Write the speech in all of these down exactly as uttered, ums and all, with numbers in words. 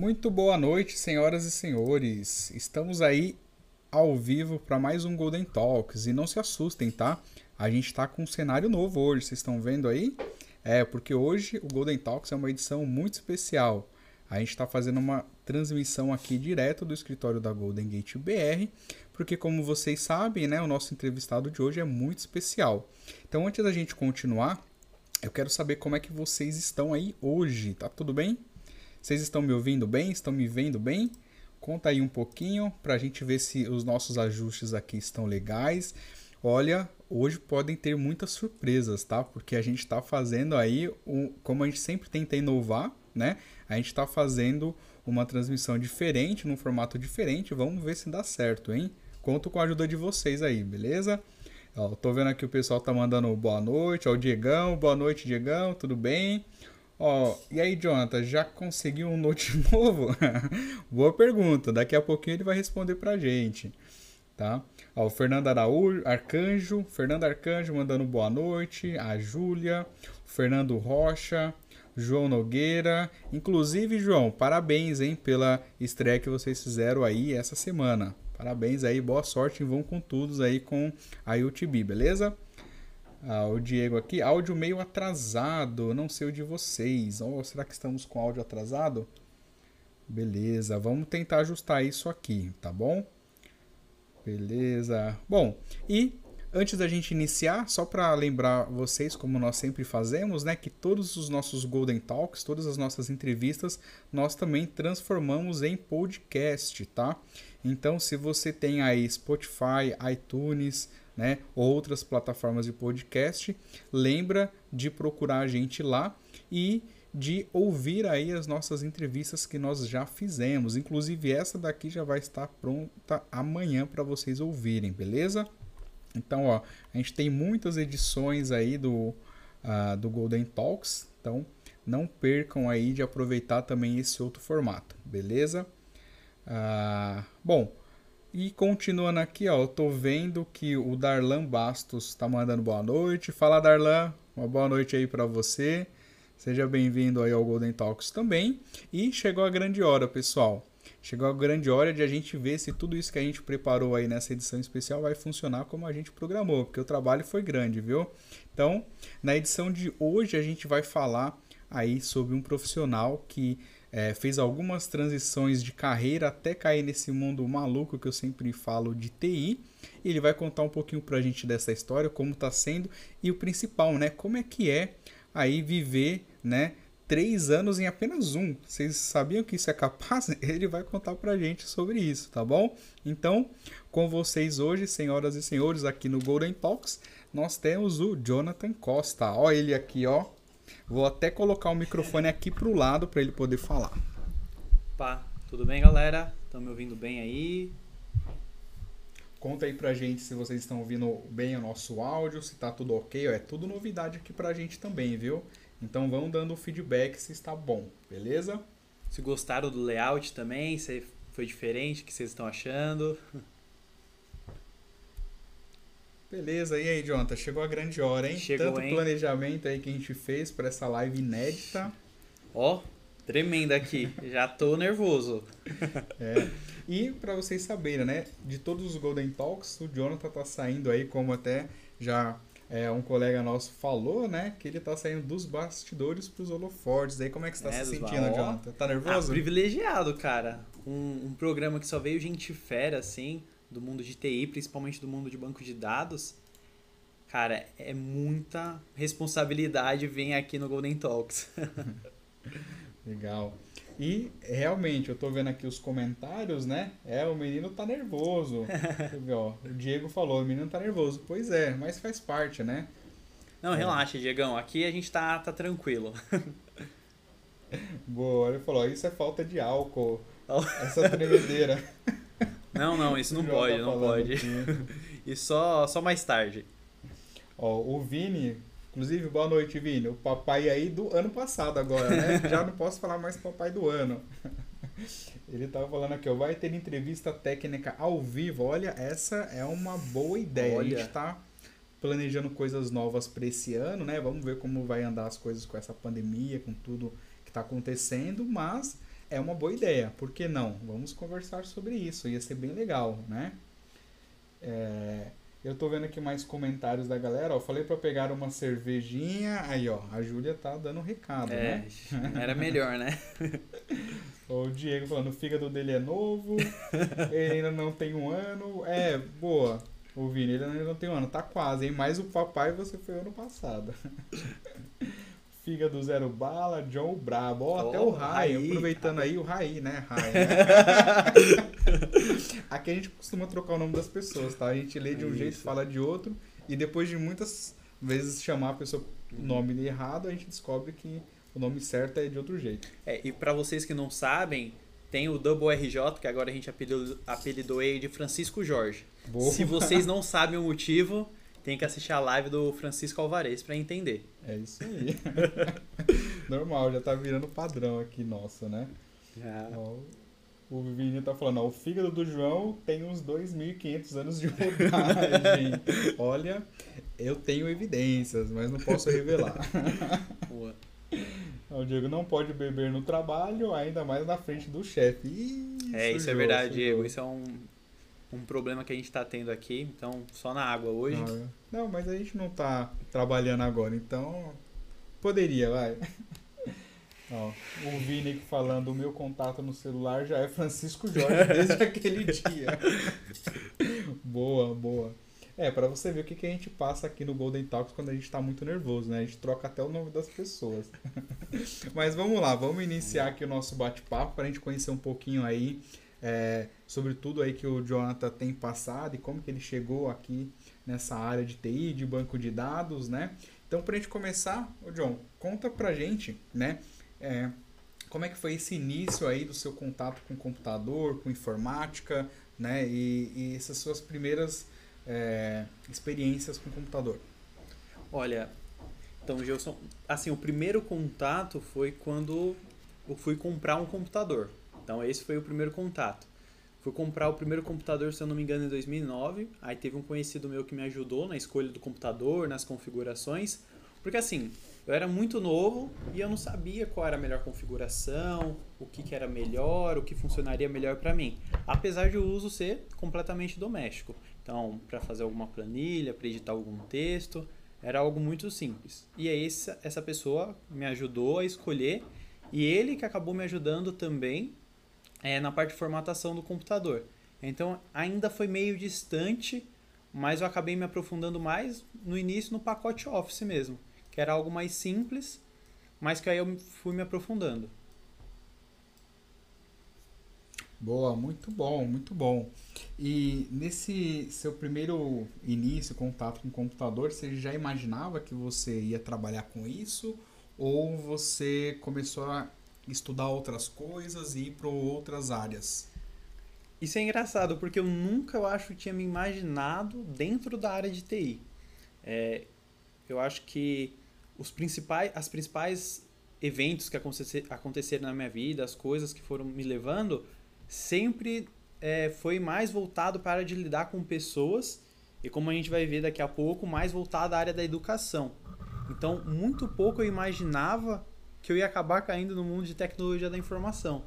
Muito boa noite, senhoras e senhores. Estamos aí ao vivo para mais um Golden Talks e não se assustem, tá? A gente está com um cenário novo hoje, vocês estão vendo aí? É, porque hoje o Golden Talks é uma edição muito especial. A gente está fazendo uma transmissão aqui direto do escritório da Golden Gate B R, porque como vocês sabem, né, o nosso entrevistado de hoje é muito especial. Então, antes da gente continuar, eu quero saber como é que vocês estão aí hoje, tá tudo bem? Vocês estão me ouvindo bem? Estão me vendo bem? Conta aí um pouquinho para a gente ver se os nossos ajustes aqui estão legais. Olha, hoje podem ter muitas surpresas, tá? Porque a gente está fazendo aí, um, como a gente sempre tenta inovar, né? A gente está fazendo uma transmissão diferente, num formato diferente. Vamos ver se dá certo, hein? Conto com a ajuda de vocês aí, beleza? Ó, tô vendo aqui o pessoal tá mandando boa noite. Ó, o Diegão, boa noite, Diegão, tudo bem? Ó, e aí, Jonathan, já conseguiu um note novo? Boa pergunta, daqui a pouquinho ele vai responder pra gente, tá? Ó, o Fernando Araújo, Arcanjo, Fernando Arcanjo mandando boa noite, a Júlia, o Fernando Rocha, João Nogueira. Inclusive, João, parabéns, hein, pela estreia que vocês fizeram aí essa semana. Parabéns aí, boa sorte e vão com todos aí com a U T B, beleza? Ah, o Diego aqui, áudio meio atrasado, não sei o de vocês. Oh, será que estamos com áudio atrasado? Beleza, vamos tentar ajustar isso aqui, tá bom? Beleza. Bom, e antes da gente iniciar, só para lembrar vocês, como nós sempre fazemos, né, que todos os nossos Golden Talks, todas as nossas entrevistas, nós também transformamos em podcast, tá? Então, se você tem aí Spotify, iTunes, né, outras plataformas de podcast, lembra de procurar a gente lá e de ouvir aí as nossas entrevistas que nós já fizemos. Inclusive essa daqui já vai estar pronta amanhã para vocês ouvirem, beleza? Então, ó, a gente tem muitas edições aí do, uh, do Golden Talks, então não percam aí de aproveitar também esse outro formato, beleza? Uh, bom, e continuando aqui, ó, eu tô vendo que o Darlan Bastos tá mandando boa noite. Fala, Darlan, uma boa noite aí para você. Seja bem-vindo aí ao Golden Talks também. E chegou a grande hora, pessoal. Chegou a grande hora de a gente ver se tudo isso que a gente preparou aí nessa edição especial vai funcionar como a gente programou, porque o trabalho foi grande, viu? Então, na edição de hoje a gente vai falar aí sobre um profissional que É, fez algumas transições de carreira até cair nesse mundo maluco que eu sempre falo de T I. E ele vai contar um pouquinho pra gente dessa história, como tá sendo e o principal, né? Como é que é aí viver, né? Três anos em apenas um. Vocês sabiam que isso é capaz? Ele vai contar pra gente sobre isso, tá bom? Então, com vocês hoje, senhoras e senhores, aqui no Golden Talks, nós temos o Jonathan Costa. Ó ele aqui, ó. Vou até colocar o microfone aqui pro lado para ele poder falar. Opa, tudo bem, galera? Estão me ouvindo bem aí? Conta aí pra gente se vocês estão ouvindo bem o nosso áudio, se tá tudo ok. É tudo novidade aqui pra gente também, viu? Então vão dando feedback se está bom, beleza? Se gostaram do layout também, se foi diferente, o que vocês estão achando? Beleza, e aí, Jonathan? Chegou a grande hora, hein? Chegou, Tanto hein? planejamento aí que a gente fez para essa live inédita. Ó, tremenda aqui. Já tô nervoso. É. E para vocês saberem, né? De todos os Golden Talks, o Jonathan tá saindo aí, como até já é, um colega nosso falou, né? Que ele tá saindo dos bastidores pros holofortes. Aí como é que você tá É, se dos sentindo, ba- ó. Jonathan? Tá Ah, nervoso? privilegiado, cara. Um, um programa que só veio gente fera, assim, do mundo de T I, principalmente do mundo de banco de dados. Cara, é muita responsabilidade vir aqui no Golden Talks. Legal. E realmente, eu tô vendo aqui os comentários, né? É, o menino tá nervoso. Deixa eu ver, ó. O Diego falou, o menino tá nervoso. Pois é, mas faz parte, né? Não, É. relaxa, Diegão. Aqui a gente tá, tá tranquilo. Boa, ele falou, isso é falta de álcool. Essa tremedeira. Não, não, isso não O João pode, tá não falando pode. aqui. E só, só mais tarde. Ó, o Vini, inclusive, boa noite, Vini. O papai aí do ano passado agora, né? Já não posso falar mais papai do ano. Ele tava falando aqui, ó, vai ter entrevista técnica ao vivo. Olha, essa é uma boa ideia. Olha. A gente tá planejando coisas novas para esse ano, né? Vamos ver como vai andar as coisas com essa pandemia, com tudo que tá acontecendo, mas é uma boa ideia. Por que não? Vamos conversar sobre isso. Ia ser bem legal, né? É, eu tô vendo aqui mais comentários da galera. Ó, falei pra pegar uma cervejinha. Aí, ó, a Júlia tá dando um recado, É, né? era melhor, né? O Diego falando, o fígado dele é novo, ele ainda não tem um ano. É, boa. O Vini, ele ainda não tem um ano. Tá quase, hein? Mas o papai você foi ano passado. Fígado zero bala, John o Brabo. Ó, Oh, até o Rai, Rai, aproveitando cara. aí, o Rai, né? Rai, né? Aqui a gente costuma trocar o nome das pessoas, tá? A gente lê de um jeito, Isso. fala de outro. E depois de muitas vezes chamar a pessoa o nome errado, a gente descobre que o nome certo é de outro jeito. É, e pra vocês que não sabem, tem o Double R J, que agora a gente apelidou, apelidou ele de Francisco Jorge. Boa. Se vocês não sabem o motivo, tem que assistir a live do Francisco Alvarez pra entender. É isso aí. Normal, já tá virando padrão aqui, nossa, né? Já. Ó, o Vini tá falando, ó, o fígado do João tem uns dois mil e quinhentos anos de rodagem. Olha, eu tenho evidências, mas não posso revelar. Boa. O Diego não pode beber no trabalho, ainda mais na frente do chefe. Ih, É, isso é sujou, verdade, sujou. Diego. Isso é um, um problema que a gente tá tendo aqui. Então, só na água hoje. Ah, não, mas a gente não tá trabalhando agora, então poderia, vai. Ó, o Vini falando, o meu contato no celular já é Francisco Jorge desde aquele dia. Boa, boa. É, pra você ver o que, que a gente passa aqui no Golden Talks quando a gente tá muito nervoso, né? A gente troca até o nome das pessoas. Mas vamos lá, vamos iniciar aqui o nosso bate-papo pra gente conhecer um pouquinho aí é, sobre tudo aí que o Jonathan tem passado e como que ele chegou aqui nessa área de T I, de banco de dados, né? Então, pra gente começar, ô John, conta pra gente, né? É, como é que foi esse início aí do seu contato com computador, com informática, né? E, e essas suas primeiras é, experiências com computador. Olha, então, Gilson, assim, o primeiro contato foi quando eu fui comprar um computador. Então, esse foi o primeiro contato. Fui comprar o primeiro computador, se eu não me engano, em dois mil e nove. Aí teve um conhecido meu que me ajudou na escolha do computador, nas configurações. Porque assim, eu era muito novo e eu não sabia qual era a melhor configuração, o que, que era melhor, o que funcionaria melhor para mim. Apesar de o uso ser completamente doméstico. Então, para fazer alguma planilha, para editar algum texto, era algo muito simples. E aí essa, essa pessoa me ajudou a escolher e ele que acabou me ajudando também é, na parte de formatação do computador. Então, ainda foi meio distante, mas eu acabei me aprofundando mais no início no pacote Office mesmo, que era algo mais simples, mas que aí eu fui me aprofundando. Boa, muito bom, muito bom. E nesse seu primeiro início, contato com o computador, você já imaginava que você ia trabalhar com isso? Ou você começou a estudar outras coisas e ir para outras áreas? Isso é engraçado, porque eu nunca, eu acho, tinha me imaginado dentro da área de T I. É, eu acho que os principais, as principais eventos que acontecer, aconteceram na minha vida, as coisas que foram me levando, sempre é, foi mais voltado para a área de lidar com pessoas e, como a gente vai ver daqui a pouco, mais voltado à área da educação. Então, muito pouco eu imaginava que eu ia acabar caindo no mundo de tecnologia da informação.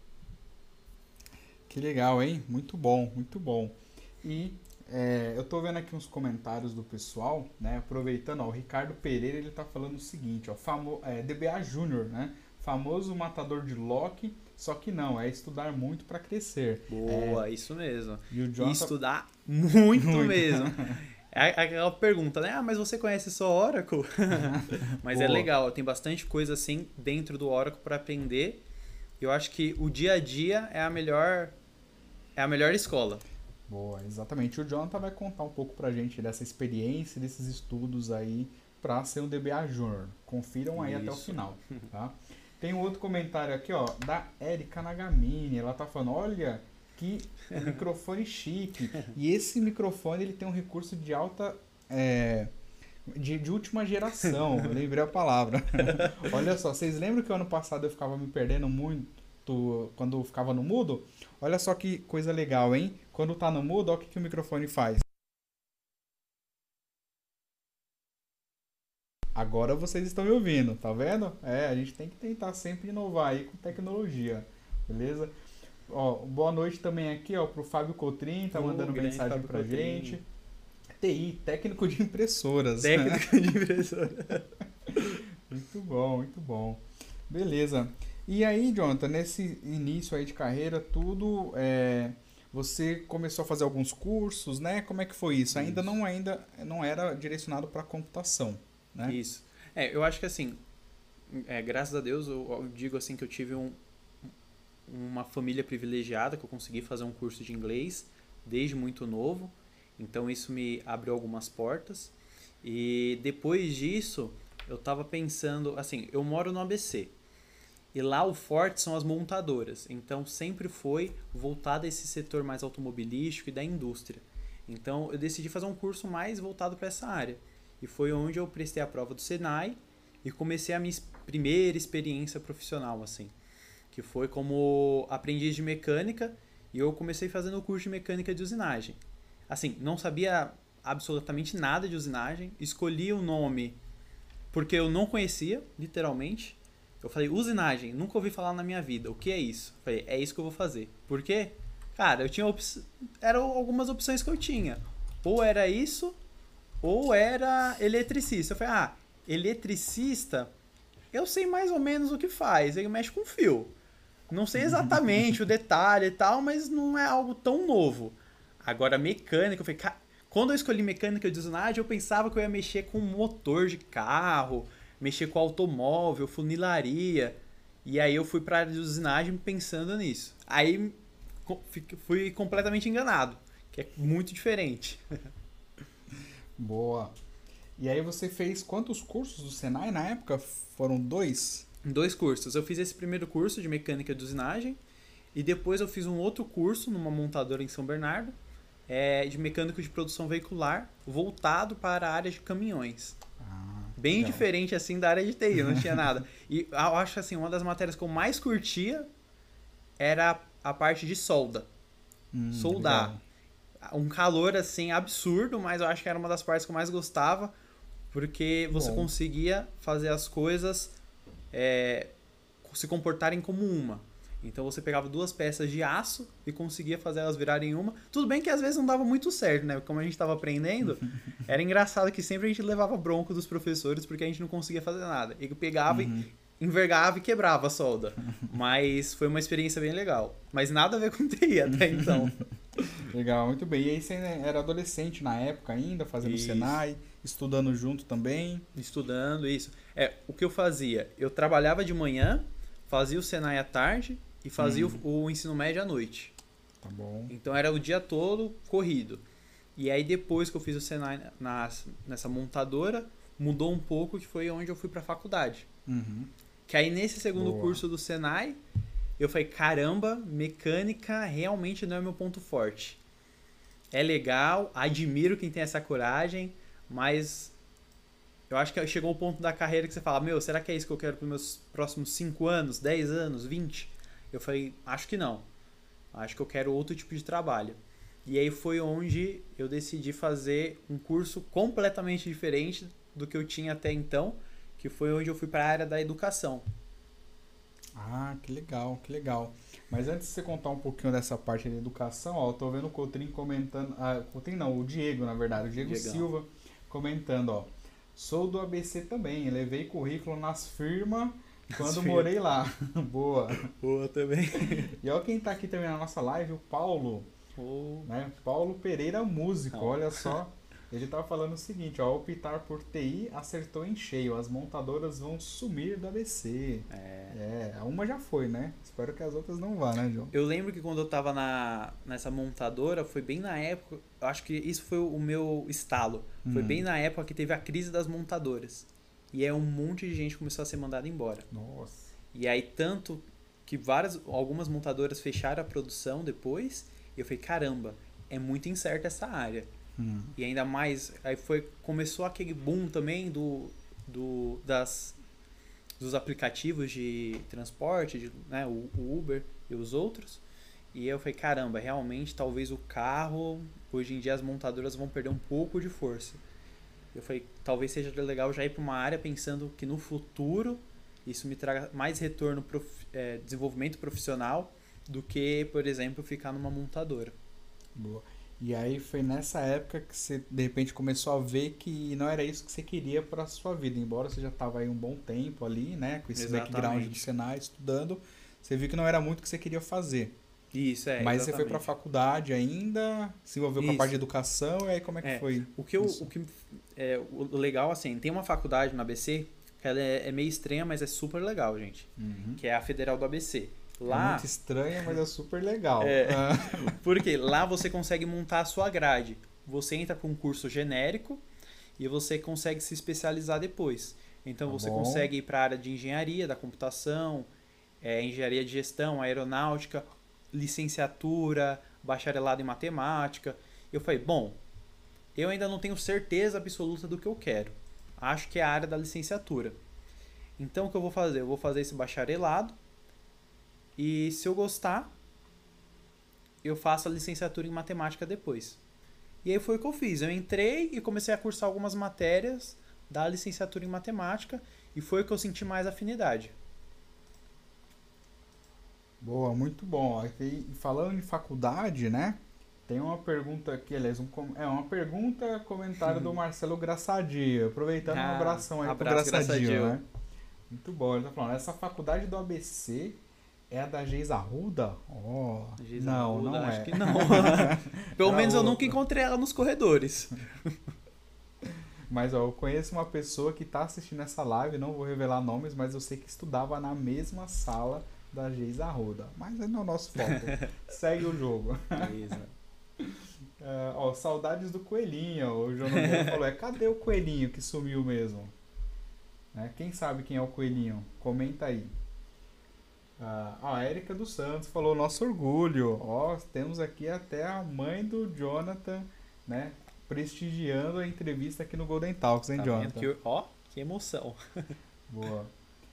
Que legal, hein? Muito bom, muito bom. E é, eu tô vendo aqui uns comentários do pessoal, né? Aproveitando, ó, o Ricardo Pereira, ele tá falando o seguinte, ó, famo, é, D B A Júnior, né? Famoso matador de Loki, só que não, é estudar muito para crescer. Boa, É, isso mesmo. e o E Jonathan... estudar muito, Muito. mesmo. É aquela pergunta, né? Ah, mas você conhece só Oracle? Mas é Boa. legal, tem bastante coisa assim dentro do Oracle para aprender. Eu acho que o dia a dia é a melhor, é a melhor escola. Boa, exatamente. O Jonathan vai contar um pouco pra gente dessa experiência, desses estudos aí para ser um D B A Júnior. Confiram aí até o Isso. final, tá? Tem um outro comentário aqui, ó, da Erika Nagamini. Ela tá falando, olha que microfone chique. E esse microfone, ele tem um recurso de alta... É, de, de última geração. Eu lembrei a palavra. Olha só, vocês lembram que ano passado eu ficava me perdendo muito quando eu ficava no mudo? Olha só que coisa legal, hein? Quando tá no mudo, olha o que, que o microfone faz. Agora vocês estão me ouvindo, tá vendo? É, a gente tem que tentar sempre inovar aí com tecnologia. Beleza? Ó, boa noite também aqui, ó, pro Fábio Cotrim, tá Oh, mandando grande mensagem Fábio pra Cotrim. gente. T I, técnico de impressoras. Técnico de impressora. Muito bom, muito bom. Beleza. E aí, Jonathan, nesse início aí de carreira, tudo, é, você começou a fazer alguns cursos, né? Como é que foi isso? Ainda Isso. não, ainda não era direcionado para computação, né? Isso. É, eu acho que assim, é, graças a Deus, eu, eu digo assim que eu tive um, uma família privilegiada, que eu consegui fazer um curso de inglês desde muito novo. Então isso me abriu algumas portas. E depois disso, eu tava pensando, assim, eu moro no A B C. E lá o forte são as montadoras. Então sempre foi voltado a esse setor mais automobilístico e da indústria. Então eu decidi fazer um curso mais voltado para essa área. E foi onde eu prestei a prova do Senai e comecei a minha primeira experiência profissional, assim. Que foi como aprendiz de mecânica e eu comecei fazendo o curso de mecânica de usinagem. Assim, não sabia absolutamente nada de usinagem, escolhi o nome porque eu não conhecia, literalmente. Eu falei, usinagem, nunca ouvi falar na minha vida. O que é isso? Eu falei, é isso que eu vou fazer. Por quê? Cara, eu tinha op... eram algumas opções que eu tinha. Ou era isso, ou era eletricista. Eu falei, ah, eletricista, eu sei mais ou menos o que faz. Ele mexe com fio. Não sei exatamente o detalhe e tal, mas não é algo tão novo. Agora, mecânica, eu falei, cara, quando eu escolhi mecânica de usinagem, eu pensava que eu ia mexer com motor de carro, mexer com automóvel, funilaria. E aí eu fui para a área de usinagem pensando nisso. Aí fui completamente enganado, que é muito diferente. Boa. E aí você fez quantos cursos do Senai na época? Foram dois? Dois cursos. Eu fiz esse primeiro curso de mecânica de usinagem e depois eu fiz um outro curso numa montadora em São Bernardo, é, de mecânico de produção veicular, voltado para a área de caminhões. Ah, Bem legal. diferente assim da área de T I, não tinha nada. E eu acho assim, uma das matérias que eu mais curtia era a parte de solda. Hum, Soldar. legal. Um calor assim absurdo, mas eu acho que era uma das partes que eu mais gostava, porque você Bom. conseguia fazer as coisas é, se comportarem como uma. Então você pegava duas peças de aço e conseguia fazer elas virarem uma. Tudo bem que às vezes não dava muito certo, né? Como a gente estava aprendendo, era engraçado que sempre a gente levava bronco dos professores porque a gente não conseguia fazer nada. Ele pegava Uhum. e envergava e quebrava a solda. Mas foi uma experiência bem legal. Mas nada a ver com T I até então. Legal, muito bem. E aí você era adolescente na época ainda, fazendo Isso. Senai, estudando junto também. Estudando, isso. É, o que eu fazia? Eu trabalhava de manhã, fazia o Senai à tarde e fazia Hum. o, o ensino médio à noite. Tá bom. Então era o dia todo corrido. E aí depois que eu fiz o Senai na, nessa montadora, mudou um pouco, que foi onde eu fui pra faculdade. Uhum. Que aí nesse segundo Boa. curso do Senai, eu falei, caramba, mecânica realmente não é meu ponto forte. É legal, admiro quem tem essa coragem, mas eu acho que chegou o ponto da carreira que você fala, meu, será que é isso que eu quero para os meus próximos cinco anos, dez anos, vinte? Eu falei, acho que não. Acho que eu quero outro tipo de trabalho. E aí foi onde eu decidi fazer um curso completamente diferente do que eu tinha até então, que foi onde eu fui para a área da educação. Ah, que legal, que legal. Mas antes de você contar um pouquinho dessa parte da educação, ó, eu tô vendo o Cotrim comentando. Ah, Cotrim não, o Diego, na verdade, o Diego Diegão. Silva comentando, ó. Sou do A B C também, levei currículo nas firmas quando firmas. morei lá. Boa. Boa também. E ó quem tá aqui também na nossa live, o Paulo, Oh. né? Paulo Pereira, músico, Não. olha só. Ele tava falando o seguinte, ó, ao optar por T I, acertou em cheio, as montadoras vão sumir do A B C. É. É, uma já foi, né? Espero que as outras não vá, né, João? Eu lembro que quando eu tava na, nessa montadora, foi bem na época, eu acho que isso foi o meu estalo. Foi Hum. bem na época que teve a crise das montadoras. E aí um monte de gente começou a ser mandada embora. Nossa. E aí tanto que várias, algumas montadoras fecharam a produção depois, e eu falei, caramba, é muito incerta essa área. Hum. E ainda mais, aí foi, começou aquele boom também do, do, das, dos aplicativos de transporte, de, né, o, o Uber e os outros. E eu falei, caramba, realmente talvez o carro, hoje em dia as montadoras vão perder um pouco de força. Eu falei, talvez seja legal já ir para uma área pensando que no futuro isso me traga mais retorno, prof, é, desenvolvimento profissional, do que, por exemplo, ficar numa montadora. Boa. E aí foi nessa época que você, de repente, começou a ver que não era isso que você queria para a sua vida. Embora você já estava aí um bom tempo ali, né? Com esse Exatamente. background do Senai, estudando, você viu que não era muito o que você queria fazer. Isso, é, Mas exatamente. você foi para a faculdade ainda, se envolveu com a Isso. parte de educação, e aí como é que É, foi? O que, eu, isso? o que é o legal, assim, tem uma faculdade no A B C, que ela é, é meio estranha, mas é super legal, gente. Uhum. Que é a Federal do A B C. Lá, É muito estranha, mas é super legal. É, porque lá você consegue montar a sua grade. Você entra para um curso genérico e você consegue se especializar depois. Então Tá você bom. consegue ir para a área de engenharia, da computação, é, engenharia de gestão, aeronáutica, licenciatura, bacharelado em matemática. Eu falei, bom, eu ainda não tenho certeza absoluta do que eu quero. Acho que é a área da licenciatura. Então o que eu vou fazer? Eu vou fazer esse bacharelado e se eu gostar, eu faço a licenciatura em matemática depois. E aí foi o que eu fiz. Eu entrei e comecei a cursar algumas matérias da licenciatura em matemática e foi o que eu senti mais afinidade. Boa, muito bom. E falando em faculdade, né? Tem uma pergunta aqui, aliás, um, é uma pergunta, comentário do Marcelo Graçadio. Aproveitando, um Ah, abração aí abraço, pro Graçadio, Graçadio. né? Muito bom. Ele tá falando, essa faculdade do A B C é a da Geisa Arruda? Oh, Geisa não, Arruda, não acho é. que não. Pelo Era menos eu outra. nunca encontrei ela nos corredores. Mas ó, eu conheço uma pessoa que tá assistindo essa live, não vou revelar nomes, mas eu sei que estudava na mesma sala da Geisa Arruda. Mas é no nosso foco. Segue o jogo. Uh, ó, saudades do coelhinho. O João Nogueira falou, é, cadê o coelhinho que sumiu mesmo? Né? Quem sabe quem é o coelhinho? Comenta aí. Uh, a Érica dos Santos falou, nosso orgulho. Ó, temos aqui até a mãe do Jonathan, né? Prestigiando a entrevista aqui no Golden Talks, hein, Tá Jonathan? vendo? Que, ó, que emoção. Boa.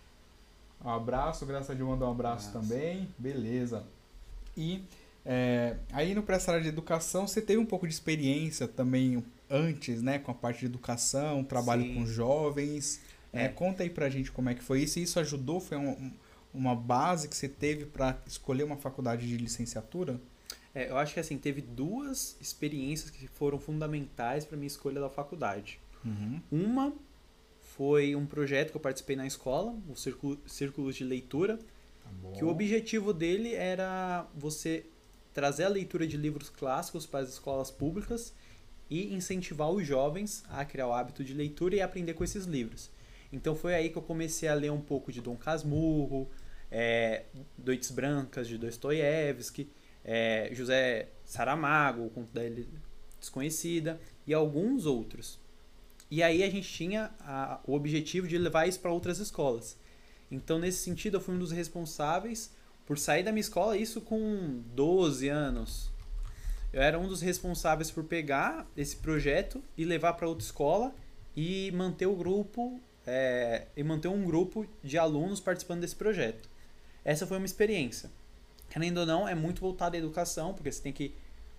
Um abraço, Graça de mandar um abraço Abraço. também. Beleza. E é, aí no pré-sala de educação você teve um pouco de experiência também antes, né? Com a parte de educação, trabalho Sim. com jovens. É. É, conta aí pra gente como é que foi isso. E isso ajudou? Foi um, uma base que você teve para escolher uma faculdade de licenciatura? É, eu acho que assim, teve duas experiências que foram fundamentais para minha escolha da faculdade. Uhum. Uma foi um projeto que eu participei na escola, o Círculo, Círculos de Leitura, Tá bom. que o objetivo dele era você trazer a leitura de livros clássicos para as escolas públicas e incentivar os jovens a criar o hábito de leitura e aprender com esses livros. Então foi aí que eu comecei a ler um pouco de Dom Casmurro, é, Noites Brancas de Dostoiévski, é, José Saramago, o Conto da Ilha Desconhecida e alguns outros. E aí a gente tinha a, o objetivo de levar isso para outras escolas. Então, nesse sentido, eu fui um dos responsáveis por sair da minha escola, isso com doze anos. Eu era um dos responsáveis por pegar esse projeto e levar para outra escola e manter o grupo, é, e manter um grupo de alunos participando desse projeto. Essa foi uma experiência. Querendo ou não, é muito voltado à educação, porque você tem que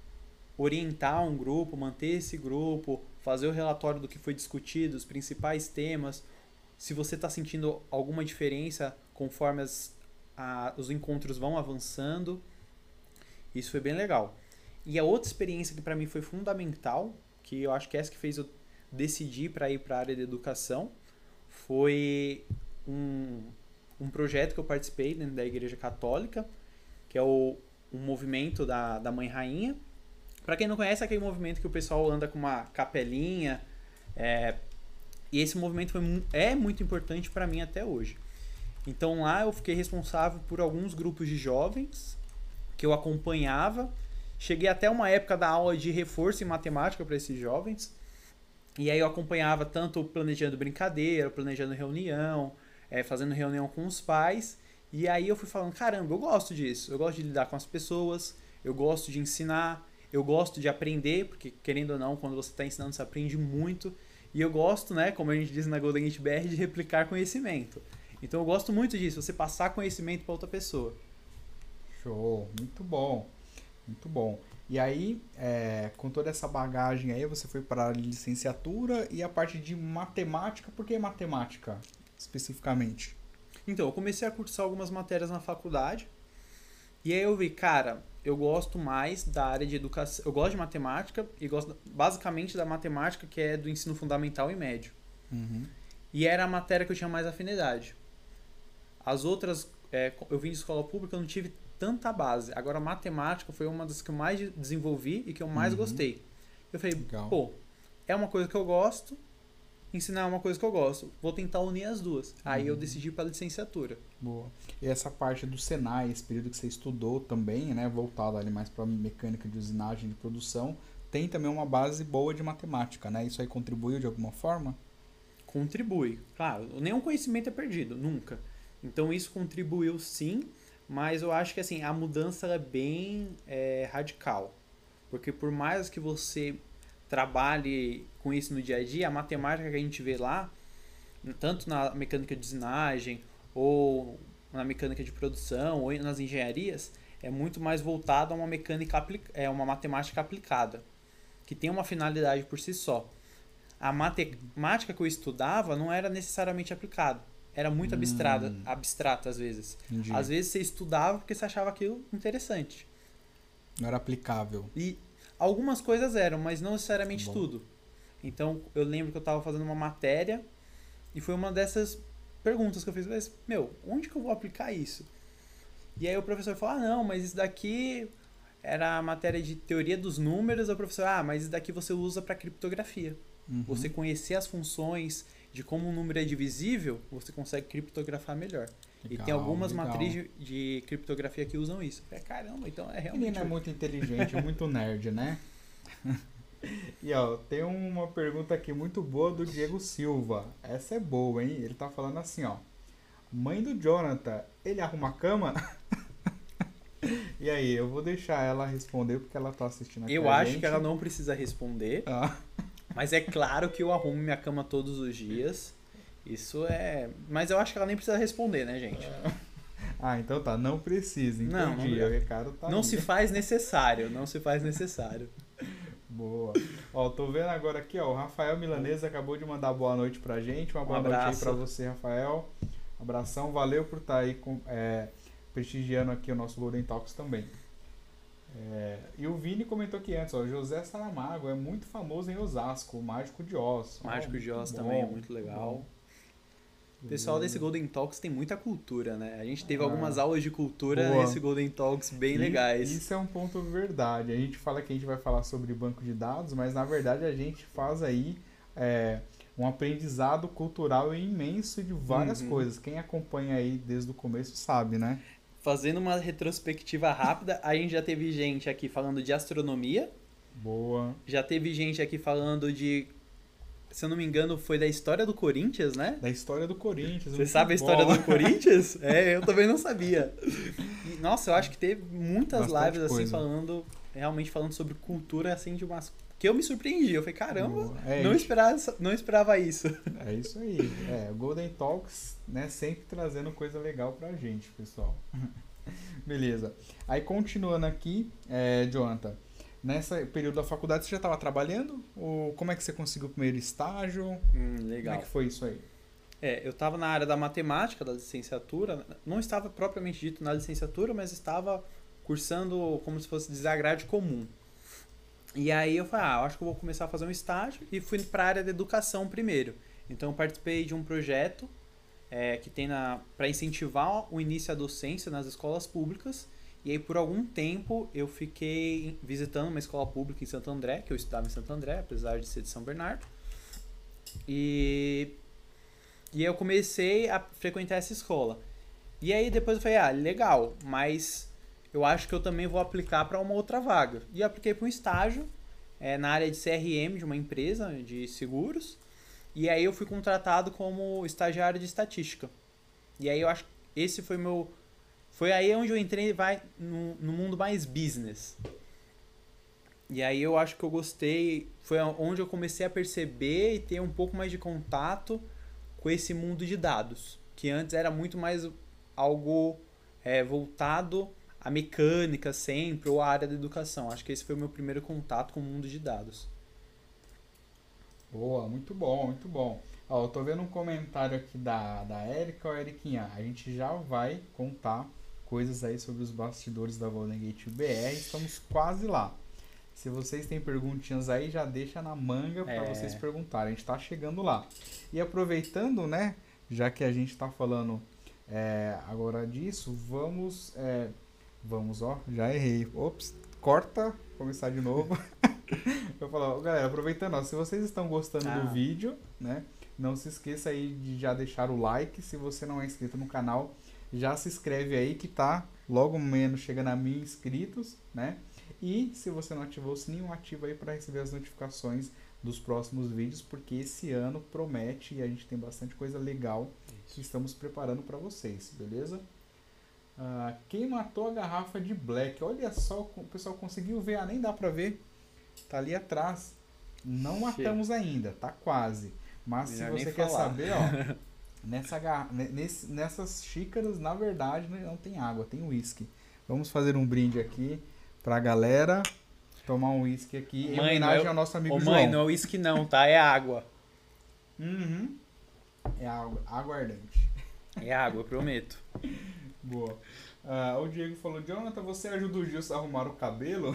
orientar um grupo, manter esse grupo, fazer o relatório do que foi discutido, os principais temas, se você está sentindo alguma diferença conforme as, a, os encontros vão avançando. Isso foi bem legal. E a outra experiência que para mim foi fundamental, que eu acho que é essa que fez eu decidir para ir para a área de educação, foi um, um projeto que eu participei dentro da Igreja Católica, que é o, um movimento da, da Mãe Rainha. Para quem não conhece, é aquele movimento que o pessoal anda com uma capelinha. É, e esse movimento foi, é muito importante para mim até hoje. Então lá eu fiquei responsável por alguns grupos de jovens que eu acompanhava. Cheguei até uma época da aula de reforço em matemática para esses jovens. E aí eu acompanhava tanto planejando brincadeira, planejando reunião, é, fazendo reunião com os pais. E aí eu fui falando, caramba, eu gosto disso. Eu gosto de lidar com as pessoas, eu gosto de ensinar, eu gosto de aprender, porque querendo ou não, quando você está ensinando, você aprende muito. E eu gosto, né, como a gente diz na Golden Gate B R, de replicar conhecimento. Então eu gosto muito disso, você passar conhecimento para outra pessoa. Show, muito bom, muito bom. E aí, é, com toda essa bagagem aí, você foi para a licenciatura e a parte de matemática. Por que matemática, especificamente? Então, eu comecei a cursar algumas matérias na faculdade. E aí eu vi, cara, eu gosto mais da área de educação. Eu gosto de matemática e gosto basicamente da matemática que é do ensino fundamental e médio. Uhum. E era a matéria que eu tinha mais afinidade. As outras, é, eu vim de escola pública, eu não tive tanta base. Agora, a matemática foi uma das que eu mais desenvolvi e que eu mais Uhum. gostei. Eu falei, Legal. pô, é uma coisa que eu gosto, ensinar é uma coisa que eu gosto. Vou tentar unir as duas. Aí eu Uhum. decidi para licenciatura. Boa. E essa parte do Senai, esse período que você estudou também, né, voltado ali mais para mecânica de usinagem de produção, tem também uma base boa de matemática, né? Isso aí contribuiu de alguma forma? Contribui. Claro, nenhum conhecimento é perdido, nunca. Então isso contribuiu sim, mas eu acho que assim, a mudança ela é bem é, radical. Porque por mais que você trabalhe com isso no dia a dia, a matemática que a gente vê lá, tanto na mecânica de usinagem, ou na mecânica de produção, ou nas engenharias, é muito mais voltada a uma mecânica aplica- é uma matemática aplicada, que tem uma finalidade por si só. A matemática que eu estudava não era necessariamente aplicada. Era muito abstrata, Hum. abstrata às vezes. Entendi. Às vezes você estudava porque você achava aquilo interessante. Não era aplicável. E algumas coisas eram, mas não necessariamente Bom. tudo. Então eu lembro que eu estava fazendo uma matéria e foi uma dessas perguntas que eu fiz. Mas, meu, onde que eu vou aplicar isso? E aí o professor falou, ah não, mas isso daqui era a matéria de teoria dos números. O professor, ah, mas isso daqui você usa para criptografia. Uhum. Você conhecer as funções de como um número é divisível, você consegue criptografar melhor. Legal, e tem algumas legal. matrizes de, de criptografia que usam isso. Eu falei, caramba, então é realmente... Menino é muito inteligente, é muito nerd, né? E ó, tem uma pergunta aqui muito boa do Diego Silva. Essa é boa, hein? Ele tá falando assim, ó. Mãe do Jonathan, ele arruma a cama? E aí, eu vou deixar ela responder porque ela tá assistindo aqui Eu a acho gente. que ela não precisa responder, Ah, mas é claro que eu arrumo minha cama todos os dias. Isso é... Mas eu acho que ela nem precisa responder, né, gente? ah, então tá, não precisa, Não, entendi. não- o recado tá Não aí. se faz necessário, não se faz necessário. Boa. Ó, tô vendo agora aqui, ó, o Rafael Milanesa acabou de mandar boa noite pra gente. Uma Um boa noite aí abraço. pra você, Rafael. Abração, valeu por estar aí com, é, prestigiando aqui o nosso Golden Talks também. É, e o Vini comentou aqui antes, ó, José Saramago é muito famoso em Osasco, o Mágico de Oz. Ó, Mágico de muito Oz bom, também é muito legal. bom. O pessoal desse Golden Talks tem muita cultura, né? A gente teve Ah, algumas aulas de cultura boa. nesse Golden Talks bem E legais. Isso é um ponto verdade. A gente fala que a gente vai falar sobre banco de dados, mas na verdade a gente faz aí é, um aprendizado cultural imenso de várias Uhum. coisas. Quem acompanha aí desde o começo sabe, né? Fazendo uma retrospectiva rápida, a gente já teve gente aqui falando de astronomia, Boa. já teve gente aqui falando de, se eu não me engano, foi da história do Corinthians, né? Da história do Corinthians. Você muito sabe a história bom. do Corinthians? É, eu também não sabia. E, nossa, eu acho que teve muitas Bastante lives assim coisa. falando, realmente falando sobre cultura assim de umas que eu me surpreendi. Eu falei, caramba, Boa. É, não gente, esperava, não esperava isso. é isso aí. É, o Golden Talks, né, sempre trazendo coisa legal pra gente, pessoal. Beleza. Aí continuando aqui, é, Jonathan, nesse período da faculdade você já estava trabalhando? Ou como é que você conseguiu o primeiro estágio? Hum, Como é legal. que foi isso aí? É, eu estava na área da matemática da licenciatura, não estava propriamente dito na licenciatura, mas estava cursando como se fosse desagrade comum. E aí eu falei, ah, eu acho que eu vou começar a fazer um estágio e fui para a área da educação primeiro. Então eu participei de um projeto é, que tem para incentivar o início da docência nas escolas públicas. E aí por algum tempo eu fiquei visitando uma escola pública em Santo André, que eu estudava em Santo André, apesar de ser de São Bernardo. E, e aí eu comecei a frequentar essa escola. E aí depois eu falei, ah, legal, mas eu acho que eu também vou aplicar para uma outra vaga. E eu apliquei para um estágio é, na área de C R M de uma empresa de seguros. E aí eu fui contratado como estagiário de estatística. E aí eu acho que esse foi meu... Foi aí onde eu entrei vai, no, no mundo mais business. E aí eu acho que eu gostei... Foi onde eu comecei a perceber e ter um pouco mais de contato com esse mundo de dados. Que antes era muito mais algo é, voltado à mecânica sempre, ou à área da educação. Acho que esse foi o meu primeiro contato com o mundo de dados. Boa, muito bom, muito bom. Ó, eu tô vendo um comentário aqui da, da Erika ou Eriquinha. A gente já vai contar coisas aí sobre os bastidores da Golden Gate B R. Estamos quase lá. Se vocês têm perguntinhas aí, já deixa na manga para É. vocês perguntarem. A gente tá chegando lá. E aproveitando, né, já que a gente tá falando é, agora disso, vamos... É, vamos, ó, já errei. Ops, corta, começar de novo. Eu falo, ó, galera, aproveitando, ó, se vocês estão gostando Ah. do vídeo, né, não se esqueça aí de já deixar o like. Se você não é inscrito no canal, já se inscreve aí que tá logo menos chegando a mil inscritos, né? E se você não ativou o sininho, ativa aí para receber as notificações dos próximos vídeos, porque esse ano promete e a gente tem bastante coisa legal que estamos preparando para vocês, beleza? Ah, quem matou a garrafa de Black? Olha só, o pessoal conseguiu ver, ah, nem dá para ver, tá ali atrás. Não matamos ainda, tá quase. Mas Melhor se nem você quer falar. saber, ó, nessa garra- ne- nesse- nessas xícaras, na verdade, né, não tem água, tem uísque. Vamos fazer um brinde aqui pra galera tomar um uísque aqui em Mãe, não homenagem é- ao nosso amigo Ô João. mãe, não é uísque não, tá? É água. Uhum. É água, aguardante. É água, eu prometo. Boa. Ah, o Diego falou, Jonathan, você ajuda o Gilson a arrumar o cabelo?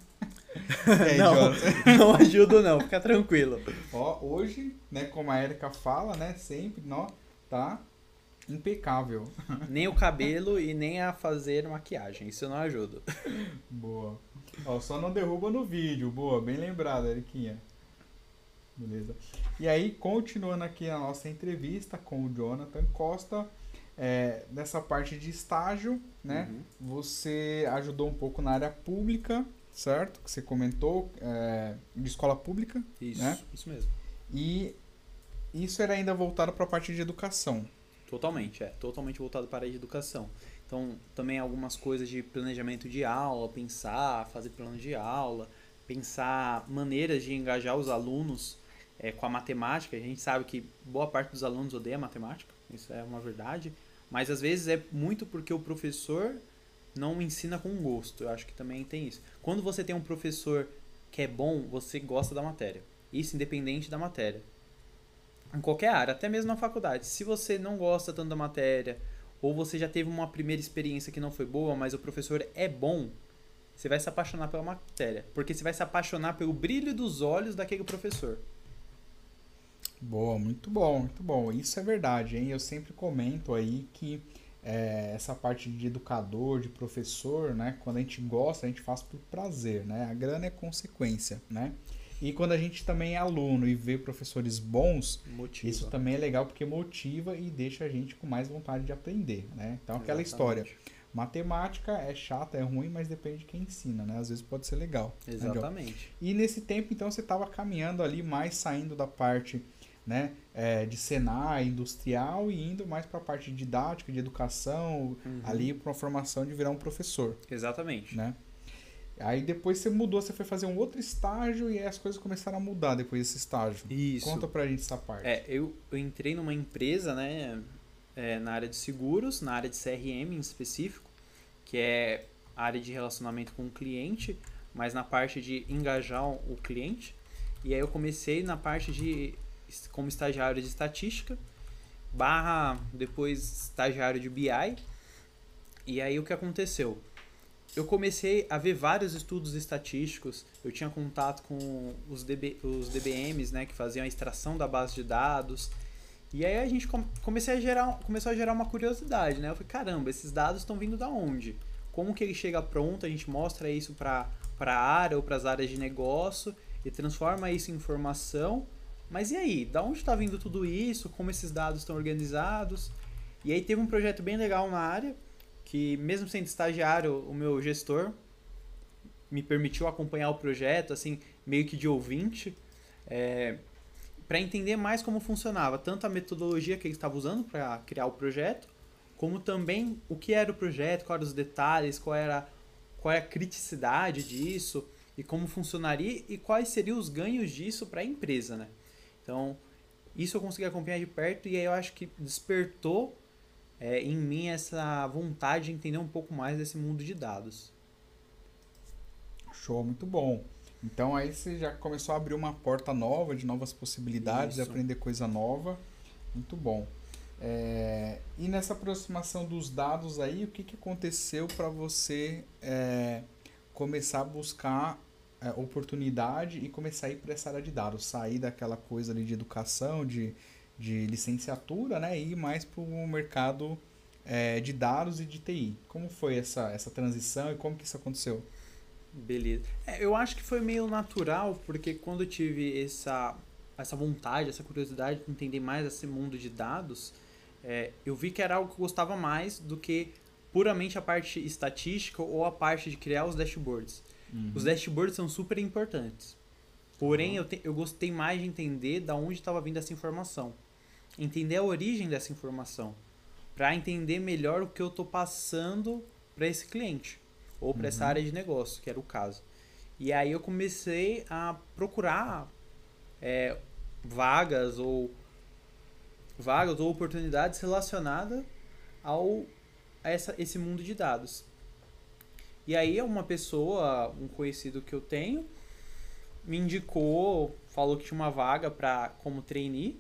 É, não, Jonathan. não ajudo não, fica tranquilo. Ó, hoje, né, como a Erika fala, né, sempre, ó, tá impecável. Nem o cabelo e nem a fazer maquiagem, isso eu não ajudo. Boa. Ó, só não derruba no vídeo. Boa, bem lembrado, Eriquinha. Beleza. E aí, continuando aqui a nossa entrevista com o Jonathan Costa, é, nessa parte de estágio, né? Uhum. Você ajudou um pouco na área pública, certo? Que você comentou, é, de escola pública. Isso, Né? isso mesmo. E isso era ainda voltado para a parte de educação. Totalmente, é. Totalmente voltado para a área de educação. Então, também algumas coisas de planejamento de aula, pensar, fazer plano de aula, pensar maneiras de engajar os alunos é, com a matemática. A gente sabe que boa parte dos alunos odeia matemática, isso é uma verdade, mas às vezes é muito porque o professor não ensina com gosto. Eu acho que também tem isso. Quando você tem um professor que é bom, você gosta da matéria. Isso independente da matéria. Em qualquer área, até mesmo na faculdade. Se você não gosta tanto da matéria, ou você já teve uma primeira experiência que não foi boa, mas o professor é bom, você vai se apaixonar pela matéria. Porque você vai se apaixonar pelo brilho dos olhos daquele professor. Boa, muito bom, muito bom. Isso é verdade, hein? Eu sempre comento aí que é, essa parte de educador, de professor, né? Quando a gente gosta, a gente faz por prazer, né? A grana é consequência, né? E quando a gente também é aluno e vê professores bons, Motiva. isso também é legal porque motiva e deixa a gente com mais vontade de aprender, né? Então, aquela Exatamente. história. Matemática é chata, é ruim, mas depende de quem ensina, né? Às vezes pode ser legal. né, John? Exatamente. E nesse tempo, então, você estava caminhando ali, mais saindo da parte, né, é, de Senai, industrial, e indo mais para a parte didática, de educação, Uhum. ali para uma formação de virar um professor, Exatamente. né? Aí depois você mudou, você foi fazer um outro estágio e aí as coisas começaram a mudar depois desse estágio. Isso. Conta pra gente essa parte. É, eu, eu entrei numa empresa, né, é, na área de seguros, na área de C R M em específico, que é a área de relacionamento com o cliente, mas na parte de engajar o cliente. E aí eu comecei na parte de como estagiário de estatística, barra depois estagiário de B I. E aí o que aconteceu? Eu comecei a ver vários estudos estatísticos, eu tinha contato com os, DB, os D B Ms, né, que faziam a extração da base de dados, e aí a gente come, comecei a gerar, começou a gerar uma curiosidade, né? Eu falei, caramba, esses dados estão vindo da onde? Como que ele chega pronto, a gente mostra isso para a área ou para as áreas de negócio e transforma isso em informação, mas e aí? Da onde está vindo tudo isso? Como esses dados estão organizados? E aí teve um projeto bem legal na área, que mesmo sendo estagiário, o meu gestor me permitiu acompanhar o projeto, assim, meio que de ouvinte, é, para entender mais como funcionava, tanto a metodologia que ele estava usando para criar o projeto, como também o que era o projeto, quais eram os detalhes, qual era, qual era a criticidade disso, e como funcionaria, e quais seriam os ganhos disso para a empresa, né? Então, isso eu consegui acompanhar de perto, e aí eu acho que despertou É, em mim essa vontade de entender um pouco mais desse mundo de dados. Show, muito bom. Então aí você já começou a abrir uma porta nova, de novas possibilidades, de Isso. aprender coisa nova. Muito bom. É, e nessa aproximação dos dados aí, o que, que aconteceu para você é, começar a buscar é, oportunidade e começar a ir para essa área de dados? Sair daquela coisa ali de educação, de, de licenciatura, né? E ir mais para o mercado é, de dados e de T I. Como foi essa, essa transição e como que isso aconteceu? Beleza. É, eu acho que foi meio natural, porque quando eu tive essa, essa vontade, essa curiosidade de entender mais esse mundo de dados, é, eu vi que era algo que eu gostava mais do que puramente a parte estatística ou a parte de criar os dashboards. Uhum. Os dashboards são super importantes. Porém, Uhum. eu, te, eu gostei mais de entender da onde estava vindo essa informação. Entender a origem dessa informação. Para entender melhor o que eu estou passando para esse cliente. Ou para essa Uhum. área de negócio, que era o caso. E aí eu comecei a procurar é, vagas ou vagas ou oportunidades relacionadas ao a essa, esse mundo de dados. E aí uma pessoa, um conhecido que eu tenho, me indicou, falou que tinha uma vaga para como trainee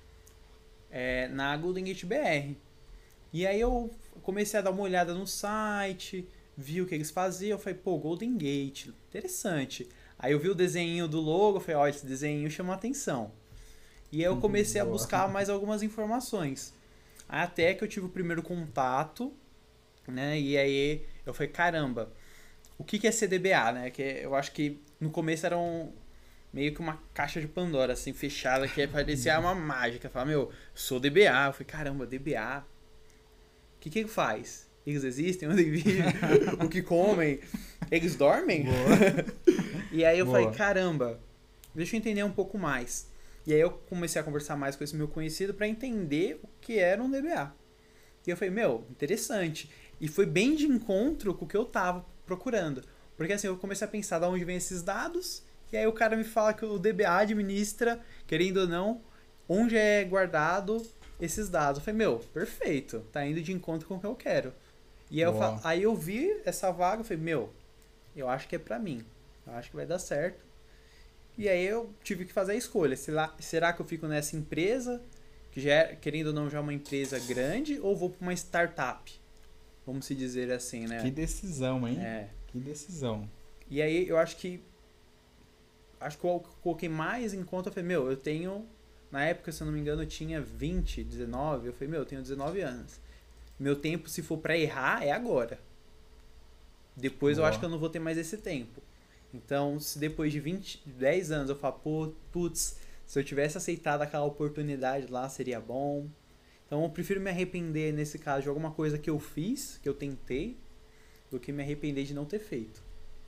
é, na Golden Gate B R. E aí eu comecei a dar uma olhada no site, vi o que eles faziam, eu falei, pô, Golden Gate, interessante. Aí eu vi o desenho do logo, eu falei, ó, esse desenho chama atenção. E aí eu comecei a Boa. buscar mais algumas informações. Até que eu tive o primeiro contato, né? E aí eu falei, caramba, o que que é C D B A, né? Que eu acho que no começo era um, meio que uma caixa de Pandora, assim, fechada, que parecia uma mágica. Eu falei, meu, sou D B A. Eu falei, caramba, D B A. O que que ele faz? Eles existem? Onde vivem? O que comem? Eles dormem? E aí eu Boa. falei, caramba, deixa eu entender um pouco mais. E aí eu comecei a conversar mais com esse meu conhecido para entender o que era um D B A. E eu falei, meu, interessante. E foi bem de encontro com o que eu tava procurando. Porque assim, eu comecei a pensar de onde vem esses dados, e aí o cara me fala que o D B A administra, querendo ou não, onde é guardado esses dados. Eu falei, meu, perfeito, tá indo de encontro com o que eu quero. E aí eu, Boa. fa- aí eu vi essa vaga, eu falei, meu, eu acho que é pra mim. Eu acho que vai dar certo. E aí eu tive que fazer a escolha. Será, será que eu fico nessa empresa, que já é, querendo ou não, já é uma empresa grande, ou vou pra uma startup? Vamos se dizer assim, né? Que decisão, hein? É. Que decisão. E aí eu acho que. Acho que eu coloquei mais em conta. Eu falei, meu, eu tenho. Na época, se eu não me engano, eu tinha vinte, dezenove. Eu falei, meu, eu tenho dezenove anos. Meu tempo, se for pra errar, é agora. Depois Boa. eu acho que eu não vou ter mais esse tempo. Então, se depois de vinte, dez anos eu falar, pô, putz, se eu tivesse aceitado aquela oportunidade lá, seria bom. Então, eu prefiro me arrepender, nesse caso, de alguma coisa que eu fiz, que eu tentei, do que me arrepender de não ter feito.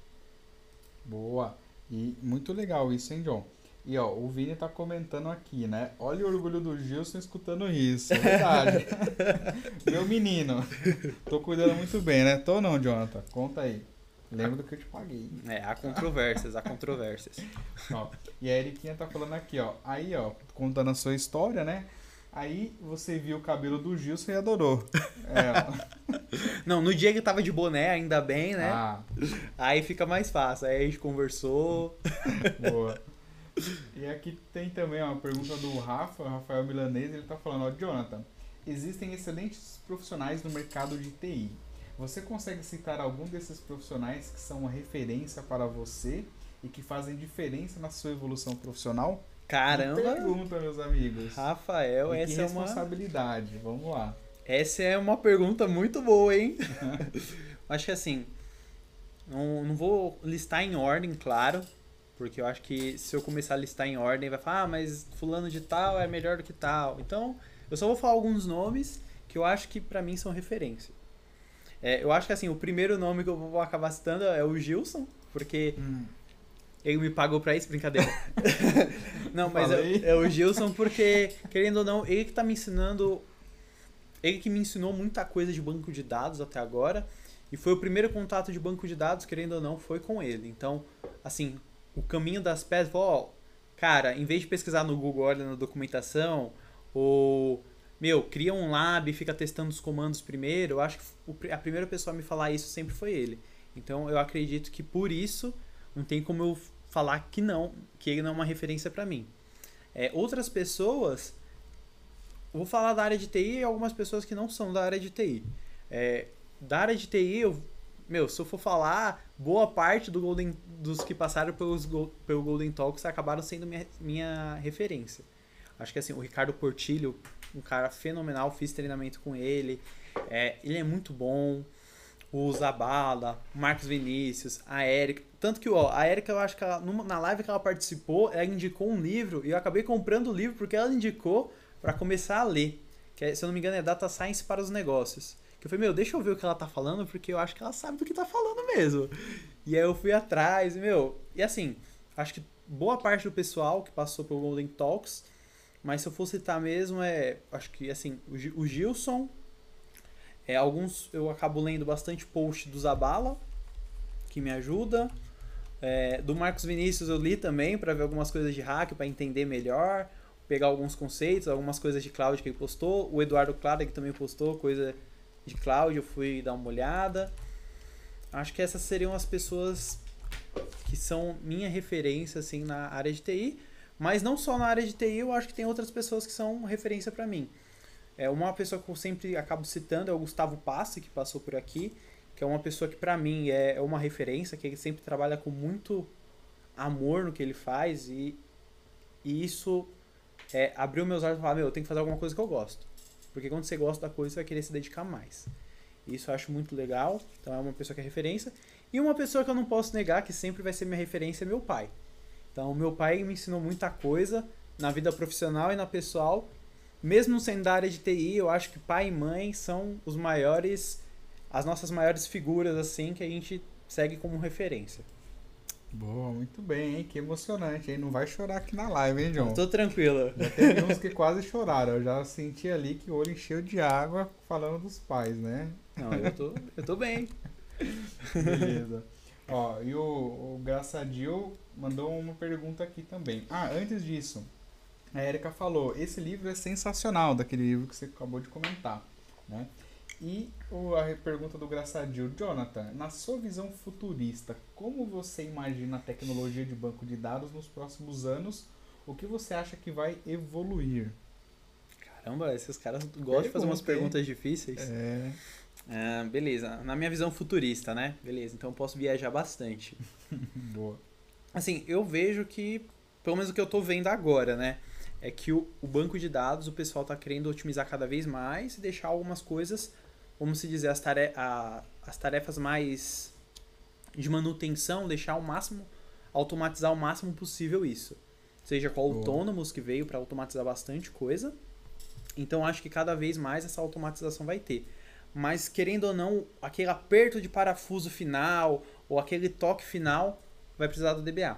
Boa. E muito legal isso, hein, John? E ó, o Vini tá comentando aqui, né? Olha o orgulho do Gilson escutando isso. É verdade. Meu menino. Tô cuidando muito bem, né? Tô não, Jonathan. Conta aí. Lembra do que eu te paguei. É, há controvérsias, há controvérsias. Ó, e a Eriquinha tá falando aqui, ó. Aí, ó, contando a sua história, né? Aí você viu o cabelo do Gilson e adorou. É, ó. Não, no dia que eu tava de boné, ainda bem, né? Ah, Aí fica mais fácil. Aí a gente conversou. boa. E aqui tem também uma pergunta do Rafa, Rafael Milanês, ele tá falando, ó, Jonathan, existem excelentes profissionais no mercado de T I. Você consegue citar algum desses profissionais que são uma referência para você e que fazem diferença na sua evolução profissional? Caramba! Que pergunta, meus amigos. Rafael, E que essa é uma. responsabilidade. Vamos lá. Essa é uma pergunta muito boa, hein? Acho que assim. Não, não vou listar em ordem, claro. Porque eu acho que se eu começar a listar em ordem, vai falar, ah, mas fulano de tal é melhor do que tal. Então, eu só vou falar alguns nomes que eu acho que pra mim são referência. É, eu acho que assim, o primeiro nome que eu vou acabar citando é o Gilson, porque Hum. ele me pagou pra isso, brincadeira. Não, mas Falei. é, é o Gilson porque, querendo ou não, ele que tá me ensinando. Ele que me ensinou muita coisa de banco de dados até agora. E foi o primeiro contato de banco de dados, querendo ou não, foi com ele. Então, assim, o caminho das pedras, ó, cara, em vez de pesquisar no Google, olha na documentação, ou, meu, cria um lab e fica testando os comandos primeiro, eu acho que o- a primeira pessoa a me falar isso sempre foi ele. Então, eu acredito que por isso, não tem como eu falar que não, que ele não é uma referência para mim. É, outras pessoas, vou falar da área de T I e algumas pessoas que não são da área de T I. É, da área de T I, eu, meu, se eu for falar, boa parte do Golden, dos que passaram pelos, pelo Golden Talks acabaram sendo minha, minha referência. Acho que assim, o Ricardo Portillo, um cara fenomenal, fiz treinamento com ele, é, ele é muito bom. O Zabala, o Marcos Vinícius, a Érica. Tanto que ó, a Érica, eu acho que ela, numa, na live que ela participou, ela indicou um livro e eu acabei comprando o livro porque ela indicou para começar a ler. Que é, se eu não me engano é Data Science para os Negócios. Que eu falei, meu, deixa eu ver o que ela tá falando porque eu acho que ela sabe do que tá falando mesmo. E aí eu fui atrás, meu. E assim, acho que boa parte do pessoal que passou pelo Golden Talks, mas se eu for citar mesmo, é. Acho que assim, o Gilson. É, alguns eu acabo lendo bastante post do Zabala, que me ajuda. É, do Marcos Vinícius eu li também para ver algumas coisas de hack, para entender melhor, pegar alguns conceitos, algumas coisas de cloud que ele postou. O Eduardo Clara que também postou coisa de cloud, eu fui dar uma olhada. Acho que essas seriam as pessoas que são minha referência assim na área de T I, mas não só na área de T I, eu acho que tem outras pessoas que são referência para mim. É, uma pessoa que eu sempre acabo citando é o Gustavo Passi, que passou por aqui, que é uma pessoa que para mim é uma referência, que ele sempre trabalha com muito amor no que ele faz e, e isso é, abriu meus olhos e falar, meu, eu tenho que fazer alguma coisa que eu gosto. Porque quando você gosta da coisa, você vai querer se dedicar mais. Isso eu acho muito legal, então é uma pessoa que é referência. E uma pessoa que eu não posso negar, que sempre vai ser minha referência, é meu pai. Então, meu pai me ensinou muita coisa na vida profissional e na pessoal. Mesmo sendo da área de T I, eu acho que pai e mãe são os maiores, as nossas maiores figuras, assim, que a gente segue como referência. Boa, muito bem, hein? Que emocionante, hein? Não vai chorar aqui na live, hein, John? Eu tô tranquilo. Já teve uns que quase choraram. Eu já senti ali que o olho encheu de água falando dos pais, né? Não, eu tô, eu tô bem. Beleza. Ó, e o, o Graçadil mandou uma pergunta aqui também. Ah, antes disso... A Erika falou, esse livro é sensacional, daquele livro que você acabou de comentar, né? E o, a pergunta do Graçadil, Jonathan, na sua visão futurista, como você imagina a tecnologia de banco de dados nos próximos anos? O que você acha que vai evoluir? Caramba, esses caras gostam Pergunta, de fazer umas perguntas difíceis. É... Ah, beleza, na minha visão futurista, né? Beleza, então eu posso viajar bastante. Boa. Assim, eu vejo que, pelo menos o que eu tô vendo agora, né? É que o, o banco de dados, o pessoal está querendo otimizar cada vez mais e deixar algumas coisas, vamos se dizer, as, tare a, as tarefas mais de manutenção, deixar o máximo, automatizar o máximo possível isso. Seja com o Autônomos, que veio para automatizar bastante coisa. Então, acho que cada vez mais essa automatização vai ter. Mas, querendo ou não, aquele aperto de parafuso final ou aquele toque final vai precisar do D B A.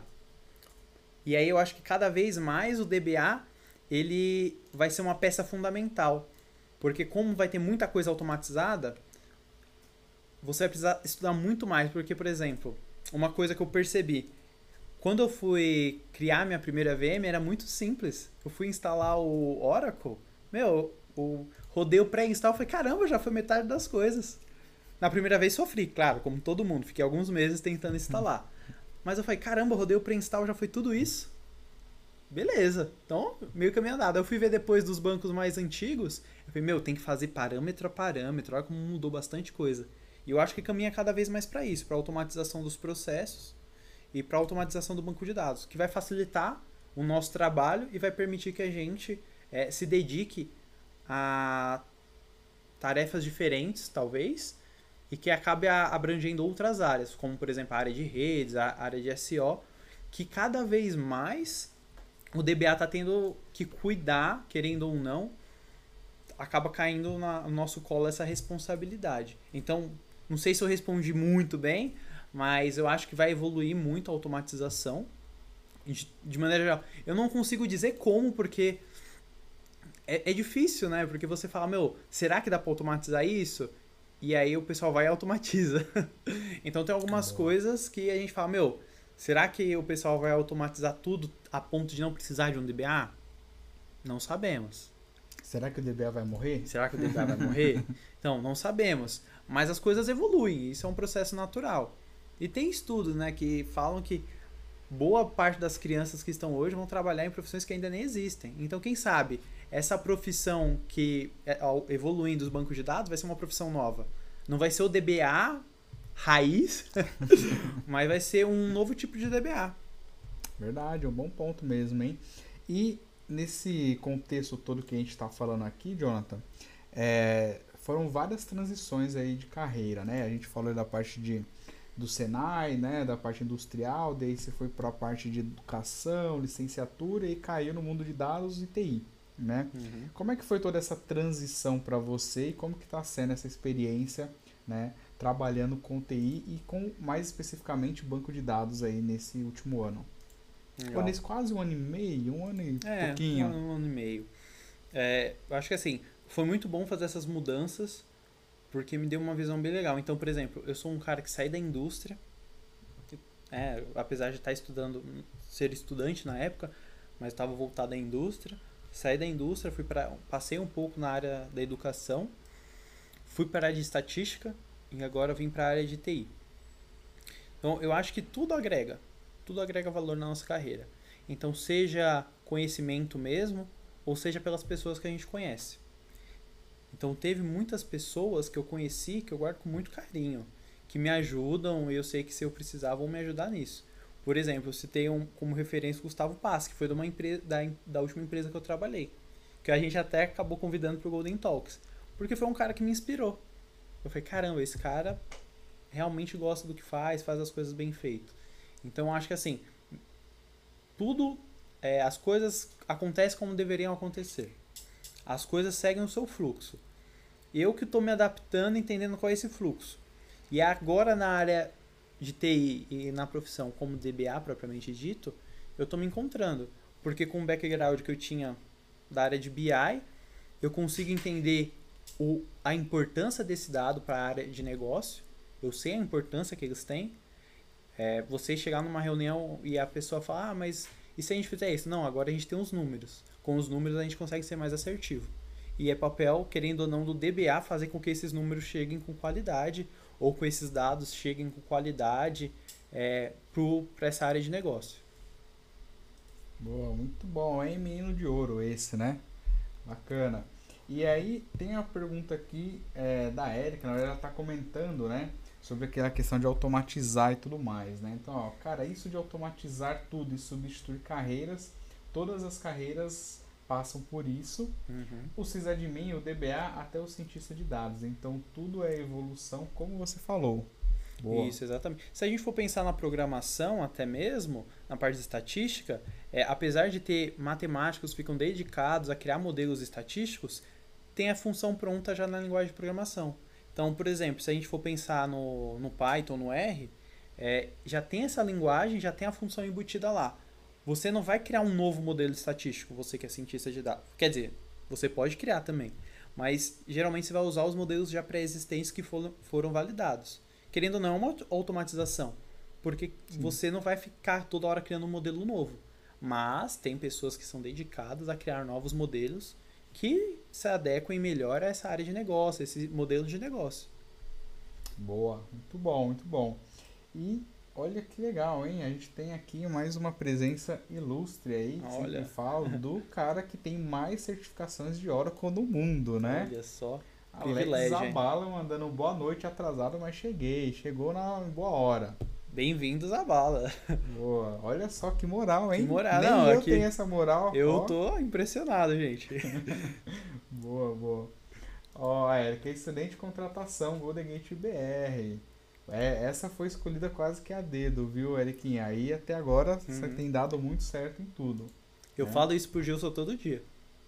E aí eu acho que cada vez mais o D B A ele vai ser uma peça fundamental. Porque como vai ter muita coisa automatizada, você vai precisar estudar muito mais. Porque, por exemplo, uma coisa que eu percebi, quando eu fui criar minha primeira V M, era muito simples. Eu fui instalar o Oracle, meu, o rodei o pré-install e falei, caramba, já foi metade das coisas. Na primeira vez sofri, claro, como todo mundo. Fiquei alguns meses tentando instalar. Mas eu falei, caramba, rodei o pré-install, já foi tudo isso? Beleza. Então, meio caminho andado. Eu fui ver depois dos bancos mais antigos. Eu falei, meu, tem que fazer parâmetro a parâmetro. Olha como mudou bastante coisa. E eu acho que caminha cada vez mais para isso. Para automatização dos processos e para automatização do banco de dados. Que vai facilitar o nosso trabalho e vai permitir que a gente é, se dedique a tarefas diferentes, talvez. E que acabe abrangendo outras áreas. Como, por exemplo, a área de redes, a área de S E O. Que cada vez mais... o D B A está tendo que cuidar, querendo ou não, acaba caindo na, no nosso colo essa responsabilidade. Então, não sei se eu respondi muito bem, mas eu acho que vai evoluir muito a automatização, de, de maneira geral. Eu não consigo dizer como, porque é, é difícil, né? Porque você fala, meu, será que dá para automatizar isso? E aí o pessoal vai e automatiza. Então tem algumas tá coisas que a gente fala, meu... será que o pessoal vai automatizar tudo a ponto de não precisar de um D B A? Não sabemos. Será que o D B A vai morrer? Será que o D B A vai morrer? Então, não sabemos. Mas as coisas evoluem, isso é um processo natural. E tem estudos, né, que falam que boa parte das crianças que estão hoje vão trabalhar em profissões que ainda nem existem. Então, quem sabe, essa profissão que, ao evoluindo os bancos de dados, vai ser uma profissão nova. Não vai ser o D B A raiz, mas vai ser um novo tipo de D B A. Verdade, é um bom ponto mesmo, hein? E nesse contexto todo que a gente está falando aqui, Jonathan, é, foram várias transições aí de carreira, né? A gente falou da parte de, do Senai, né? Da parte industrial, daí você foi para a parte de educação, licenciatura e caiu no mundo de dados e T I, né? Uhum. Como é que foi toda essa transição para você e como que está sendo essa experiência, né? Trabalhando com T I e com, mais especificamente, banco de dados aí nesse último ano? Pô, nesse quase um ano e meio, um ano e é, pouquinho. Um, um ano e meio. É, eu acho que assim, foi muito bom fazer essas mudanças, porque me deu uma visão bem legal. Então, por exemplo, eu sou um cara que sai da indústria, é, apesar de estar estudando, ser estudante na época, mas estava voltado à indústria. Saí da indústria, fui pra, passei um pouco na área da educação, fui para a área de estatística e agora vim para a área de T I. Então, eu acho que tudo agrega. Tudo agrega valor na nossa carreira. Então, seja conhecimento mesmo, ou seja pelas pessoas que a gente conhece. Então, teve muitas pessoas que eu conheci, que eu guardo com muito carinho, que me ajudam, e eu sei que se eu precisar, vão me ajudar nisso. Por exemplo, eu citei um, como referência o Gustavo Pass, que foi de uma empresa, da, da última empresa que eu trabalhei, que a gente até acabou convidando para o Golden Talks, porque foi um cara que me inspirou. Eu falei, caramba, esse cara realmente gosta do que faz, faz as coisas bem feitas. Então, eu acho que assim, tudo, é, as coisas acontecem como deveriam acontecer. As coisas seguem o seu fluxo. Eu que estou me adaptando, entendendo qual é esse fluxo. E agora na área de T I e na profissão como D B A propriamente dito, eu estou me encontrando. Porque com o background que eu tinha da área de B I, eu consigo entender o, a importância desse dado para a área de negócio. Eu sei a importância que eles têm. É, você chegar numa reunião e a pessoa falar, ah, mas e se a gente fizer isso? Não, agora a gente tem os números. Com os números a gente consegue ser mais assertivo. E é papel, querendo ou não, do D B A fazer com que esses números cheguem com qualidade ou com esses dados cheguem com qualidade é, para essa área de negócio. Boa, muito bom, hein? Menino de ouro esse, né? Bacana. E aí tem a pergunta aqui é, da Érica, na verdade ela está comentando, né? Sobre aquela questão de automatizar e tudo mais, né? Então, ó, cara, isso de automatizar tudo e substituir carreiras, todas as carreiras passam por isso. Uhum. O sysadmin, o D B A, até o cientista de dados. Então, tudo é evolução, como você falou. Boa. Isso, exatamente. Se a gente for pensar na programação, até mesmo, na parte de estatística, é, apesar de ter matemáticos que ficam dedicados a criar modelos estatísticos, tem a função pronta já na linguagem de programação. Então, por exemplo, se a gente for pensar no, no Python, no R, é, já tem essa linguagem, já tem a função embutida lá. Você não vai criar um novo modelo estatístico, você que é cientista de dados. Quer dizer, você pode criar também, mas geralmente você vai usar os modelos já pré-existentes que foram, foram validados. Querendo ou não, é uma automatização, porque Sim. você não vai ficar toda hora criando um modelo novo. Mas tem pessoas que são dedicadas a criar novos modelos que se adequem melhor a essa área de negócio, esse modelo de negócio. Boa, muito bom, muito bom. E olha que legal, hein? A gente tem aqui mais uma presença ilustre aí, que olha. sempre falo, do cara que tem mais certificações de Oracle no mundo, né? Olha só, Alex Zabala mandando boa noite atrasado, mas cheguei, chegou na boa hora. Bem-vindos à bala. Boa, olha só que moral, hein? Que moral, Nem não, eu aqui, tenho essa moral. Eu ó. tô impressionado, gente. Boa, boa. Ó, a Erika é excelente contratação, Golden Gate B R. É, essa foi escolhida quase que a dedo, viu, Eriquinha? Aí até agora uhum. você tem dado muito certo em tudo. Eu né? falo isso pro Gilson todo dia.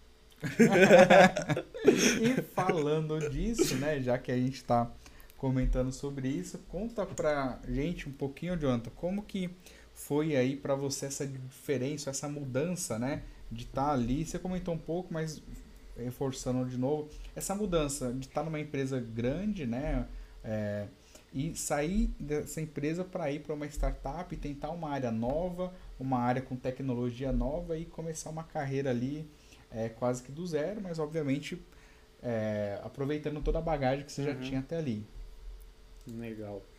E falando disso, né, já que a gente tá comentando sobre isso, conta pra gente um pouquinho, Jonathan, como que foi aí pra você essa diferença, essa mudança, né, de estar tá ali, você comentou um pouco, mas reforçando de novo, essa mudança de estar tá numa empresa grande, né, é, e sair dessa empresa para ir para uma startup e tentar uma área nova, uma área com tecnologia nova e começar uma carreira ali é, quase que do zero, mas obviamente é, aproveitando toda a bagagem que você uhum. já tinha até ali. Legal.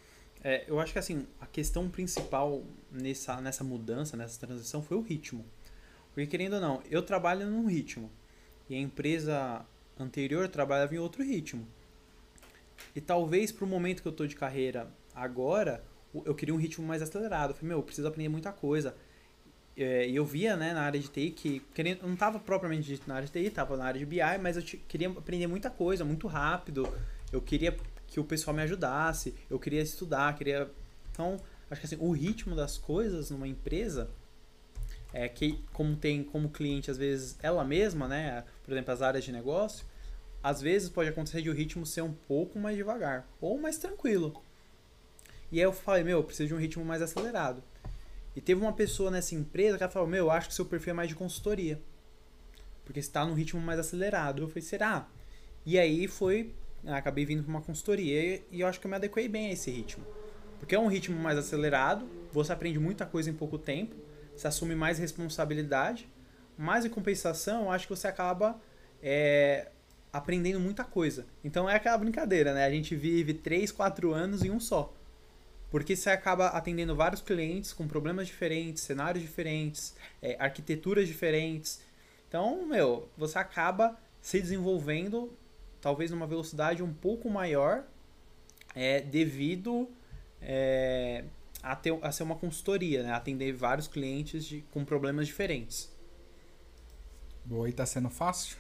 É, eu acho que assim, a questão principal nessa, nessa mudança, nessa transição foi o ritmo. Porque querendo ou não, eu trabalho num ritmo e a empresa anterior trabalhava em outro ritmo. E talvez pro momento que eu tô de carreira agora, eu queria um ritmo mais acelerado. Eu falei, meu, eu preciso aprender muita coisa. E eu via, né, na área de T I que querendo, eu não estava propriamente dito na área de T I, estava na área de B I, mas eu t- queria aprender muita coisa, muito rápido. Eu queria que o pessoal me ajudasse, eu queria estudar, queria... Então, acho que assim, o ritmo das coisas numa empresa é que, como tem como cliente, às vezes, ela mesma, né, por exemplo, as áreas de negócio, às vezes pode acontecer de o ritmo ser um pouco mais devagar ou mais tranquilo. E aí eu falei, meu, eu preciso de um ritmo mais acelerado. E teve uma pessoa nessa empresa que ela falou, meu, eu acho que seu perfil é mais de consultoria. Porque você está num ritmo mais acelerado. Eu falei, será? E aí foi, acabei vindo para uma consultoria e eu acho que eu me adequei bem a esse ritmo. Porque é um ritmo mais acelerado, você aprende muita coisa em pouco tempo, você assume mais responsabilidade, mas em compensação, eu acho que você acaba é, aprendendo muita coisa. Então é aquela brincadeira, né? A gente vive três, quatro anos em um só. Porque você acaba atendendo vários clientes com problemas diferentes, cenários diferentes, é, arquiteturas diferentes. Então, meu, você acaba se desenvolvendo talvez numa velocidade um pouco maior é, devido é, a, ter, a ser uma consultoria, né? Atender vários clientes de, com problemas diferentes. Boa, e tá sendo fácil?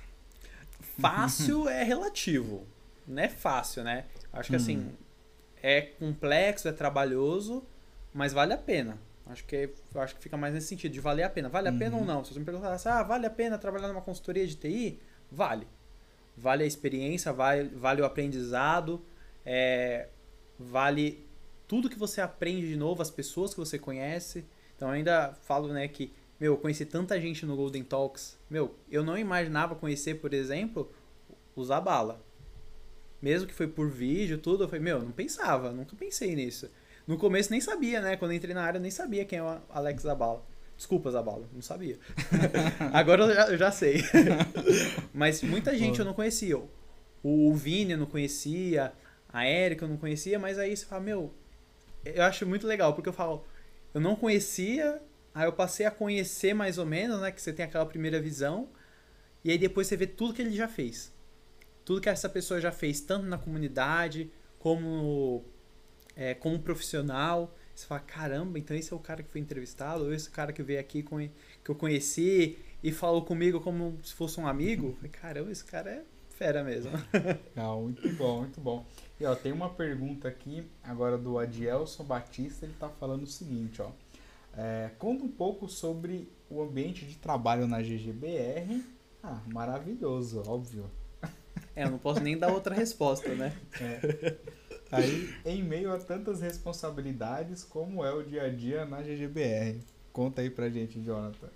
Fácil é relativo. Não é fácil, né? Acho que assim... É complexo, é trabalhoso, mas vale a pena. Acho que, eu acho que fica mais nesse sentido, de valer a pena. Vale a uhum. pena ou não? Se você me perguntasse, ah, vale a pena trabalhar numa consultoria de T I? Vale. Vale a experiência, vale, vale o aprendizado, é, vale tudo que você aprende de novo, as pessoas que você conhece. Então, eu ainda falo, né, que, meu, eu conheci tanta gente no Golden Talks. Meu, eu não imaginava conhecer, por exemplo, o Zabala. Mesmo que foi por vídeo, tudo, eu falei, meu, não pensava, nunca pensei nisso. No começo nem sabia, né? Quando eu entrei na área, eu nem sabia quem é o Alex Zabala. Desculpa, Zabala, não sabia. Agora eu já, eu já sei. Mas muita gente eu não conhecia. O Vini eu não conhecia, a Erika eu não conhecia, mas aí você fala, meu, eu acho muito legal, porque eu falo, eu não conhecia, aí eu passei a conhecer mais ou menos, né? Que você tem aquela primeira visão, e aí depois você vê tudo que ele já fez. Tudo que essa pessoa já fez, tanto na comunidade, como, é, como profissional. Você fala, caramba, então esse é o cara que foi entrevistado, ou esse cara que veio aqui, com, que eu conheci e falou comigo como se fosse um amigo. Eu falei, caramba, esse cara é fera mesmo. Ah, muito bom, muito bom. E ó, tem uma pergunta aqui, agora do Adielson Batista, ele tá falando o seguinte, ó. É, conta um pouco sobre o ambiente de trabalho na G G B R. Ah, maravilhoso, óbvio. É, eu não posso nem dar outra resposta, né? É. Aí, em meio a tantas responsabilidades, como é o dia a dia na G G B R? Conta aí pra gente, Jonathan.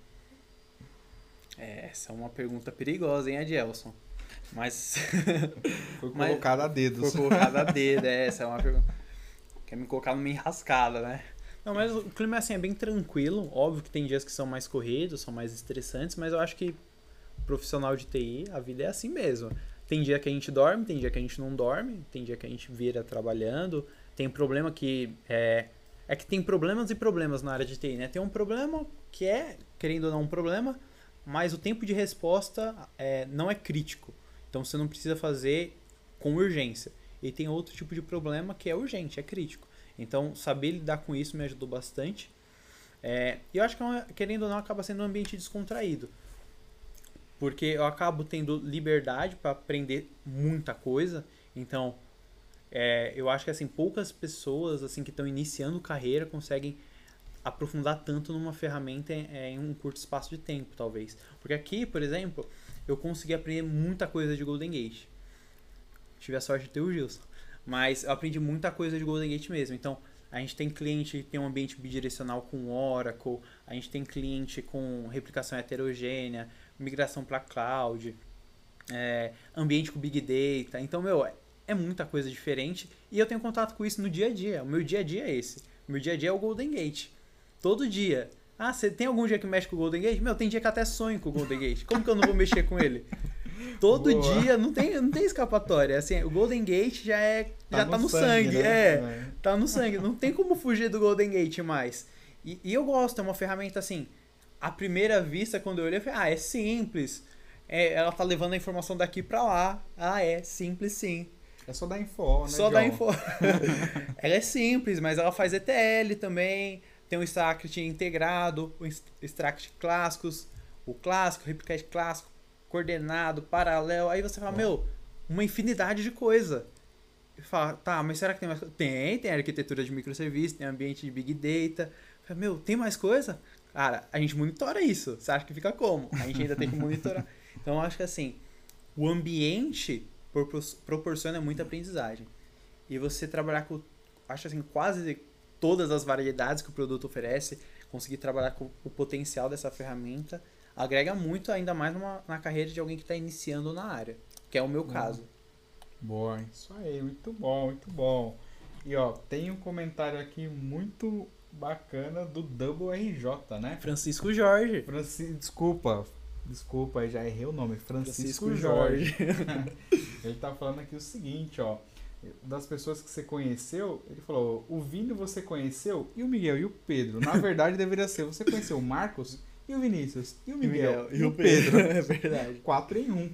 É, essa é uma pergunta perigosa, hein, Adielson? Mas... Foi colocada a dedo. Foi colocada a dedo, é, essa é uma pergunta... Quer me colocar numa enrascada, né? Não, mas o clima assim, é bem tranquilo. Óbvio que tem dias que são mais corridos, são mais estressantes, mas eu acho que profissional de T I, a vida é assim mesmo. Tem dia que a gente dorme, tem dia que a gente não dorme, tem dia que a gente vira trabalhando, tem problema que... É, é que tem problemas e problemas na área de T I, né? Tem um problema que é, querendo ou não, um problema, mas o tempo de resposta é, não é crítico. Então você não precisa fazer com urgência. E tem outro tipo de problema que é urgente, é crítico. Então saber lidar com isso me ajudou bastante. É, e eu acho que, querendo ou não, acaba sendo um ambiente descontraído. Porque eu acabo tendo liberdade para aprender muita coisa. Então, é, eu acho que assim, poucas pessoas assim, que estão iniciando carreira conseguem aprofundar tanto numa ferramenta é, em um curto espaço de tempo, talvez. Porque aqui, por exemplo, eu consegui aprender muita coisa de Golden Gate. Tive a sorte de ter o Gilson. Mas eu aprendi muita coisa de Golden Gate mesmo. Então, a gente tem cliente que tem um ambiente bidirecional com Oracle, a gente tem cliente com replicação heterogênea, migração para cloud, é, ambiente com Big Data. Então, meu, é muita coisa diferente e eu tenho contato com isso no dia a dia. O meu dia a dia é esse. O meu dia a dia é o Golden Gate. Todo dia. Ah, você tem algum dia que mexe com o Golden Gate? Meu, tem dia que até sonho com o Golden Gate. Como que eu não vou mexer com ele? Todo Boa. dia, não tem, não tem escapatória. Assim, o Golden Gate já é Tá já no tá no sangue, sangue, né? é, É. tá no sangue. Não tem como fugir do Golden Gate mais. E, e eu gosto, é uma ferramenta assim, à primeira vista, quando eu olhei, eu falei, ah, é simples. É, ela tá levando a informação daqui pra lá. Ah, é, simples sim. É só dar info, né, Só John? dar info. Ela é simples, mas ela faz E T L também. Tem um extract integrado, o extract clássicos, o clássico, o replicat clássico, coordenado, paralelo. Aí você fala, Ó. meu, uma infinidade de coisa. E fala, tá, mas será que tem mais coisa? Tem, tem arquitetura de microserviços, tem ambiente de big data. Fala, meu, tem mais coisa? Cara, a gente monitora isso. Você acha que fica como? A gente ainda tem que monitorar. Então, eu acho que assim, o ambiente proporciona muita aprendizagem. E você trabalhar com, acho assim, quase todas as variedades que o produto oferece, conseguir trabalhar com o potencial dessa ferramenta, agrega muito ainda mais numa, na carreira de alguém que está iniciando na área, que é o meu caso. Boa, isso aí, muito bom, muito bom. E ó, tem um comentário aqui muito bacana do Double R J, né? Francisco Jorge. Franci... Desculpa, desculpa, já errei o nome. Francisco, Francisco Jorge. Jorge. Ele tá falando aqui o seguinte, ó. Das pessoas que você conheceu, ele falou, o Vini você conheceu e o Miguel e o Pedro. Na verdade, deveria ser, você conheceu o Marcos e o Vinícius e o Miguel e, e o Pedro. Pedro. É verdade. Quatro em um.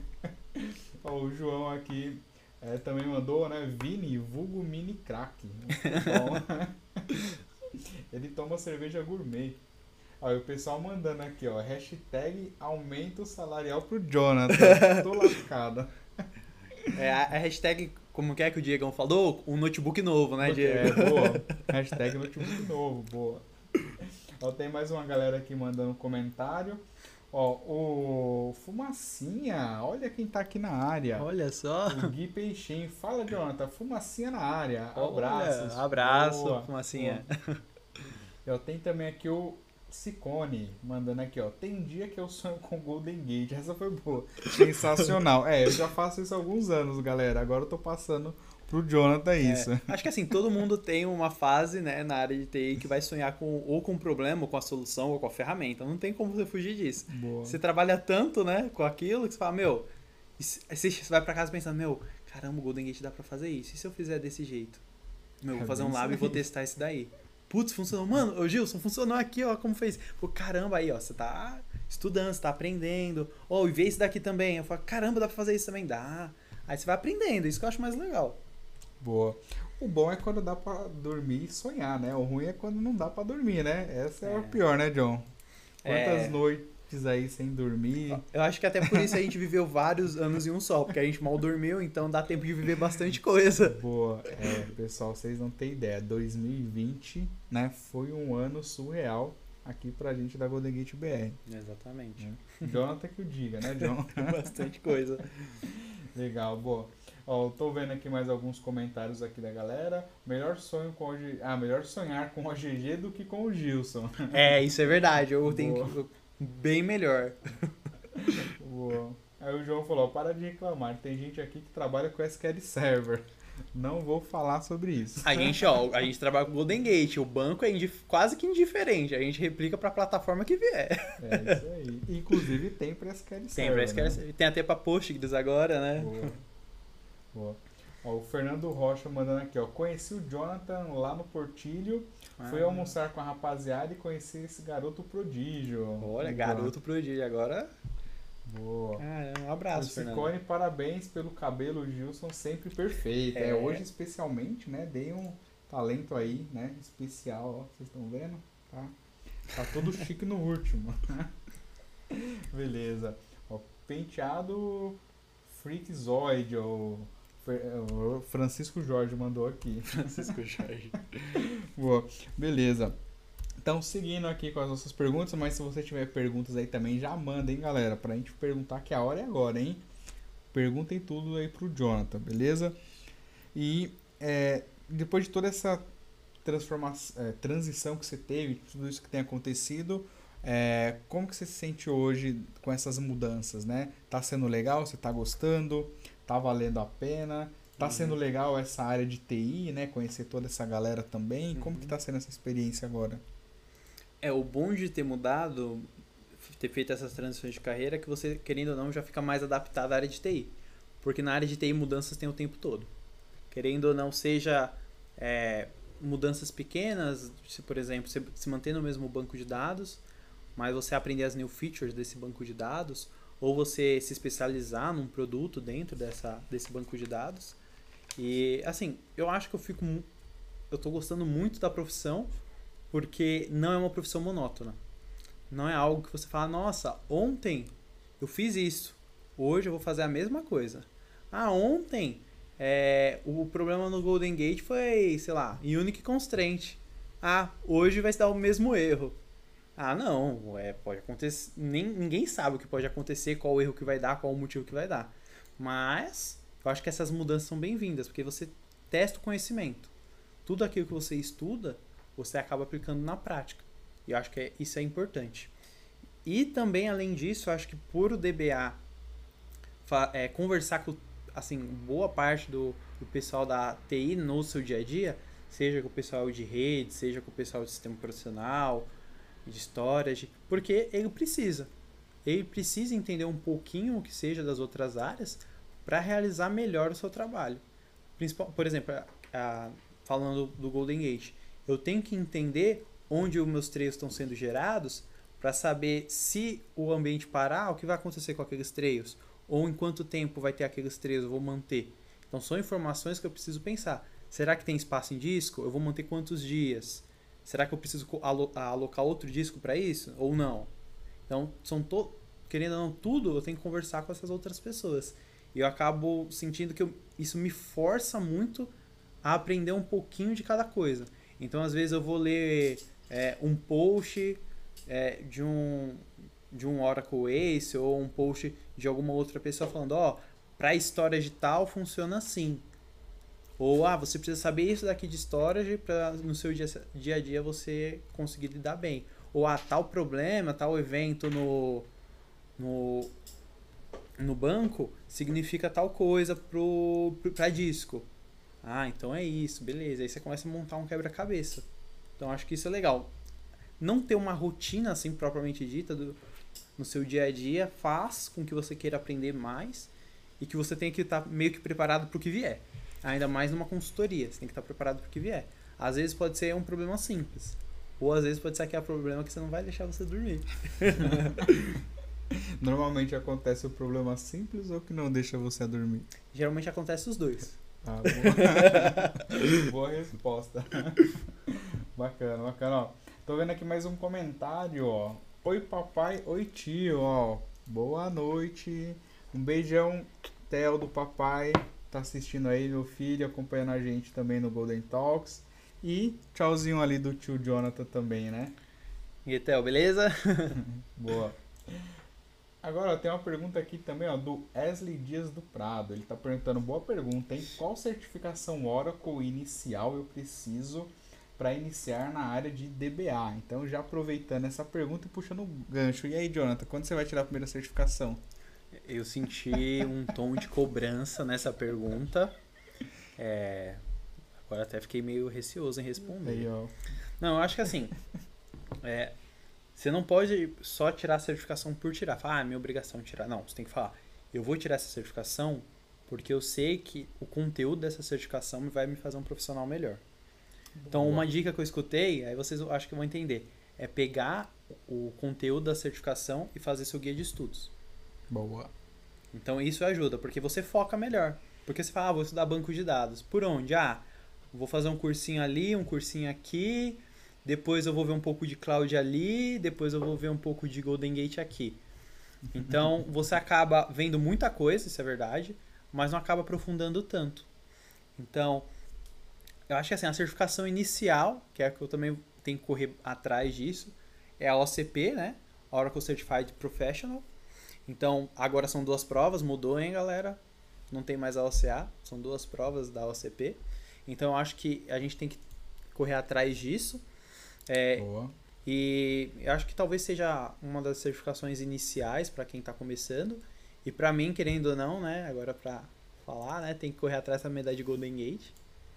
Ó, o João aqui é, também mandou, né? Vini, vulgo mini crack. Muito bom. Ele toma cerveja gourmet. Ó, e o pessoal mandando aqui, ó. Hashtag aumento salarial pro Jonathan. Tô lascado. É, a, a hashtag, como que é que o Diegão falou? Um notebook novo, né, Diego? É, boa. Hashtag notebook novo, boa. Ó, tem mais uma galera aqui mandando comentário. Ó, o Fumacinha, olha quem tá aqui na área. Olha só. O Gui Peixinho. Fala, Jonathan. Fumacinha na área. Abraços. Olha, abraço, Boa, Fumacinha. boa. Eu tenho também aqui o Sicone, mandando aqui, ó. Tem dia que eu sonho com Golden Gate. Essa foi boa. Sensacional. É, eu já faço isso há alguns anos, galera. Agora eu tô passando pro Jonathan isso. É, acho que assim, todo mundo tem uma fase, né, na área de T I que vai sonhar com, ou com o problema, ou com a solução, ou com a ferramenta. Não tem como você fugir disso. Boa. Você trabalha tanto, né, com aquilo que você fala, meu, você vai pra casa pensando, meu, caramba, o Golden Gate dá pra fazer isso. E se eu fizer desse jeito? Meu, vou É fazer um bem lab e isso vou aí. testar esse daí. Putz, funcionou. Mano, ô Gilson, funcionou aqui, ó, como fez. Pô, caramba, aí, ó, você tá estudando, você tá aprendendo. Ó, e vê esse daqui também. Eu falo, caramba, dá pra fazer isso também? Dá. Aí você vai aprendendo, isso que eu acho mais legal. Boa. O bom é quando dá pra dormir e sonhar, né? O ruim é quando não dá pra dormir, né? Essa é, É. o pior, né, John? Quantas É. noites aí sem dormir? Eu acho que até por isso a gente viveu vários anos em um só, porque a gente mal dormiu, então dá tempo de viver bastante coisa. Boa. É, pessoal, vocês não têm ideia. dois mil e vinte, né, foi um ano surreal aqui pra gente da Golden Gate B R. Exatamente. Né? Jonathan que o diga, né, John? Bastante coisa. Legal, boa. Ó, eu tô vendo aqui mais alguns comentários aqui da galera. Melhor sonho com o G... Ah, melhor sonhar com o G G do que com o Gilson. É, isso é verdade. Eu tenho Boa. que... eu- bem melhor. Boa. Aí o João falou, para de reclamar, tem gente aqui que trabalha com S Q L Server. Não vou falar sobre isso. A gente, ó, a gente trabalha com Golden Gate, o banco é indif- quase que indiferente, a gente replica pra plataforma que vier. É isso aí. Inclusive tem para S Q L Tem, Server. pra S Q L, né? tem até pra Postgres agora, né? Boa. Boa. Ó, o Fernando Rocha mandando aqui, ó. Conheci o Jonathan lá no Portilho. Fui Ah. almoçar com a rapaziada e conheci esse garoto prodígio. Olha, Boa. garoto prodígio. Agora, Boa. caramba, um O abraço, Fernando. Sicone, parabéns pelo cabelo, Gilson, sempre perfeito. É. É. hoje especialmente, né? Dei um talento aí, né? Especial, ó. Vocês estão vendo? Tá, tá todo chique no último. Beleza. Ó, penteado Freakazoid, ó. O Francisco Jorge mandou aqui. Francisco Jorge. Boa, beleza. Então, seguindo aqui com as nossas perguntas, mas se você tiver perguntas aí também, já manda, hein, galera? Pra gente perguntar que a hora é agora, hein? Perguntem tudo aí pro Jonathan, beleza? E é, depois de toda essa transformação, é, transição que você teve, tudo isso que tem acontecido, é, como que você se sente hoje com essas mudanças, né? Tá sendo legal? Você tá gostando? Tá valendo a pena? Tá Uhum. sendo legal essa área de T I, né? Conhecer toda essa galera também. Como Uhum. que tá sendo essa experiência agora? É, o bom de ter mudado ter feito essas transições de carreira que você, querendo ou não, já fica mais adaptado à área de T I. Porque na área de T I mudanças tem o tempo todo. Querendo ou não, seja é, mudanças pequenas, se, por exemplo, você se manter no mesmo banco de dados, mas você aprender as new features desse banco de dados, ou você se especializar num produto dentro dessa, desse banco de dados. E, assim, eu acho que eu fico... Eu tô gostando muito da profissão, porque não é uma profissão monótona. Não é algo que você fala, nossa, ontem eu fiz isso, hoje eu vou fazer a mesma coisa. Ah, ontem é, o problema no Golden Gate foi, sei lá, Unique Constraint. Ah, hoje vai se dar o mesmo erro. Ah, não, é, pode acontecer, nem, ninguém sabe o que pode acontecer, qual o erro que vai dar, qual o motivo que vai dar. Mas eu acho que essas mudanças são bem-vindas, porque você testa o conhecimento. Tudo aquilo que você estuda, você acaba aplicando na prática. E eu acho que é, isso é importante. E também, além disso, eu acho que por o D B A é, conversar com assim, boa parte do, do pessoal da T I no seu dia a dia, seja com o pessoal de rede, seja com o pessoal de sistema profissional, de storage, porque ele precisa. Ele precisa entender um pouquinho o que seja das outras áreas para realizar melhor o seu trabalho. Principal, por exemplo, a, a, falando do Golden Gate, eu tenho que entender onde os meus trails estão sendo gerados para saber se o ambiente parar, o que vai acontecer com aqueles trails, ou em quanto tempo vai ter aqueles trails, eu vou manter. Então são informações que eu preciso pensar. Será que tem espaço em disco? Eu vou manter quantos dias? Será que eu preciso alocar outro disco para isso? Ou não? Então, são to... querendo ou não, tudo eu tenho que conversar com essas outras pessoas. E eu acabo sentindo que eu... isso me força muito a aprender um pouquinho de cada coisa. Então, às vezes, eu vou ler é, um post é, de um de um Oracle Ace ou um post de alguma outra pessoa falando, ó, oh, para storage tal funciona assim. Ou, ah, você precisa saber isso daqui de storage para no seu dia, dia a dia você conseguir lidar bem. Ou, ah, tal problema, tal evento no, no, no banco significa tal coisa para disco. Ah, então é isso, beleza. Aí você começa a montar um quebra-cabeça. Então, acho que isso é legal. Não ter uma rotina, assim, propriamente dita, do, no seu dia a dia, faz com que você queira aprender mais e que você tenha que estar meio que preparado para o que vier. Ainda mais numa consultoria, você tem que estar preparado para o que vier. Às vezes pode ser um problema simples, ou às vezes pode ser aquele problema que você não vai deixar você dormir. Normalmente acontece o problema simples ou que não deixa você dormir? Geralmente acontece os dois. Ah, boa. Boa resposta. Bacana, bacana, ó. Tô vendo aqui mais um comentário, ó. Oi papai, oi tio, ó. Boa noite. Um beijão, Theo do papai. Tá assistindo aí, meu filho, acompanhando a gente também no Golden Talks. E tchauzinho ali do tio Jonathan também, né? E aí, Theo, beleza? Boa. Agora, tem uma pergunta aqui também, ó, do Wesley Dias do Prado. Ele tá perguntando, boa pergunta, hein? Qual certificação Oracle inicial eu preciso para iniciar na área de D B A? Então, já aproveitando essa pergunta e puxando o gancho. E aí, Jonathan, quando você vai tirar a primeira certificação? Eu senti um tom de cobrança nessa pergunta. É... Agora até fiquei meio receoso em responder. Aí, ó. Não, eu acho que assim... É... Você não pode só tirar a certificação por tirar. Falar, ah, é minha obrigação tirar. Não, você tem que falar, eu vou tirar essa certificação porque eu sei que o conteúdo dessa certificação vai me fazer um profissional melhor. Então, uma dica que eu escutei, aí vocês acho que vão entender, é pegar o conteúdo da certificação e fazer seu guia de estudos. Boa. Então, isso ajuda, porque você foca melhor. Porque você fala, ah, vou estudar banco de dados. Por onde? Ah, vou fazer um cursinho ali, um cursinho aqui... Depois eu vou ver um pouco de cloud ali, depois eu vou ver um pouco de Golden Gate aqui. Então, você acaba vendo muita coisa, isso é verdade, mas não acaba aprofundando tanto. Então, eu acho que assim, a certificação inicial, que é a que eu também tenho que correr atrás disso, é a O C P, né? Oracle Certified Professional. Então, agora são duas provas, mudou, hein, galera? Não tem mais a O C A, são duas provas da O C P. Então, eu acho que a gente tem que correr atrás disso. É, Boa. E eu acho que talvez seja uma das certificações iniciais para quem está começando. E para mim, querendo ou não, né, agora para falar, né, tem que correr atrás da medalha de Golden Gate.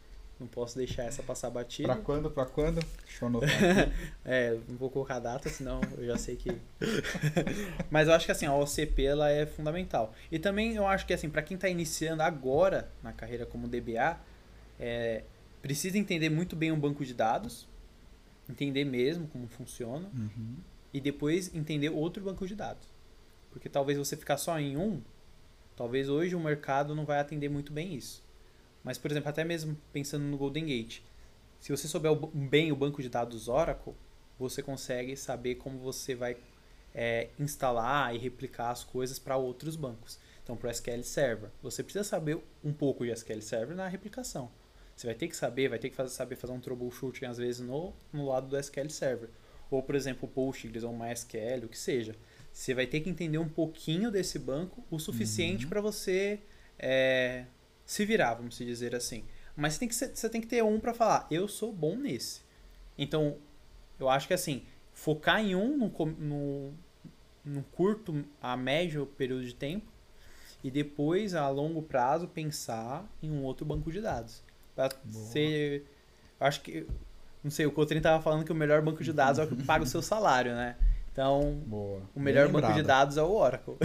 Não posso deixar essa passar batida. Pra quando? Pra quando? Deixa eu anotar aqui. É, não vou colocar data, senão eu já sei que... Mas eu acho que assim, a O C P ela é fundamental. E também eu acho que assim, pra quem tá iniciando agora na carreira como D B A, é, precisa entender muito bem um banco de dados, entender mesmo como funciona, Uhum. e depois entender outro banco de dados. Porque talvez você ficar só em um, talvez hoje o mercado não vai atender muito bem isso. Mas, por exemplo, até mesmo pensando no Golden Gate, se você souber o, bem o banco de dados Oracle, você consegue saber como você vai é, instalar e replicar as coisas para outros bancos. Então, para o S Q L Server, você precisa saber um pouco de S Q L Server na replicação. Você vai ter que saber, vai ter que fazer, saber fazer um troubleshooting, às vezes, no, no lado do S Q L Server. Ou, por exemplo, Postgres ou MySQL, o que seja. Você vai ter que entender um pouquinho desse banco, o suficiente Uhum. para você... É, se virar, vamos dizer assim. Mas você tem que, ser, você tem que ter um para falar, eu sou bom nesse. Então, eu acho que assim, focar em um no, no, no curto a médio período de tempo e depois, a longo prazo, pensar em um outro banco de dados. Para ser... Eu acho que... Não sei, o Cotrim estava falando que o melhor banco de dados é o que paga o seu salário, né? Então, Boa. o melhor Bem banco de lembrado. dados é o Oracle.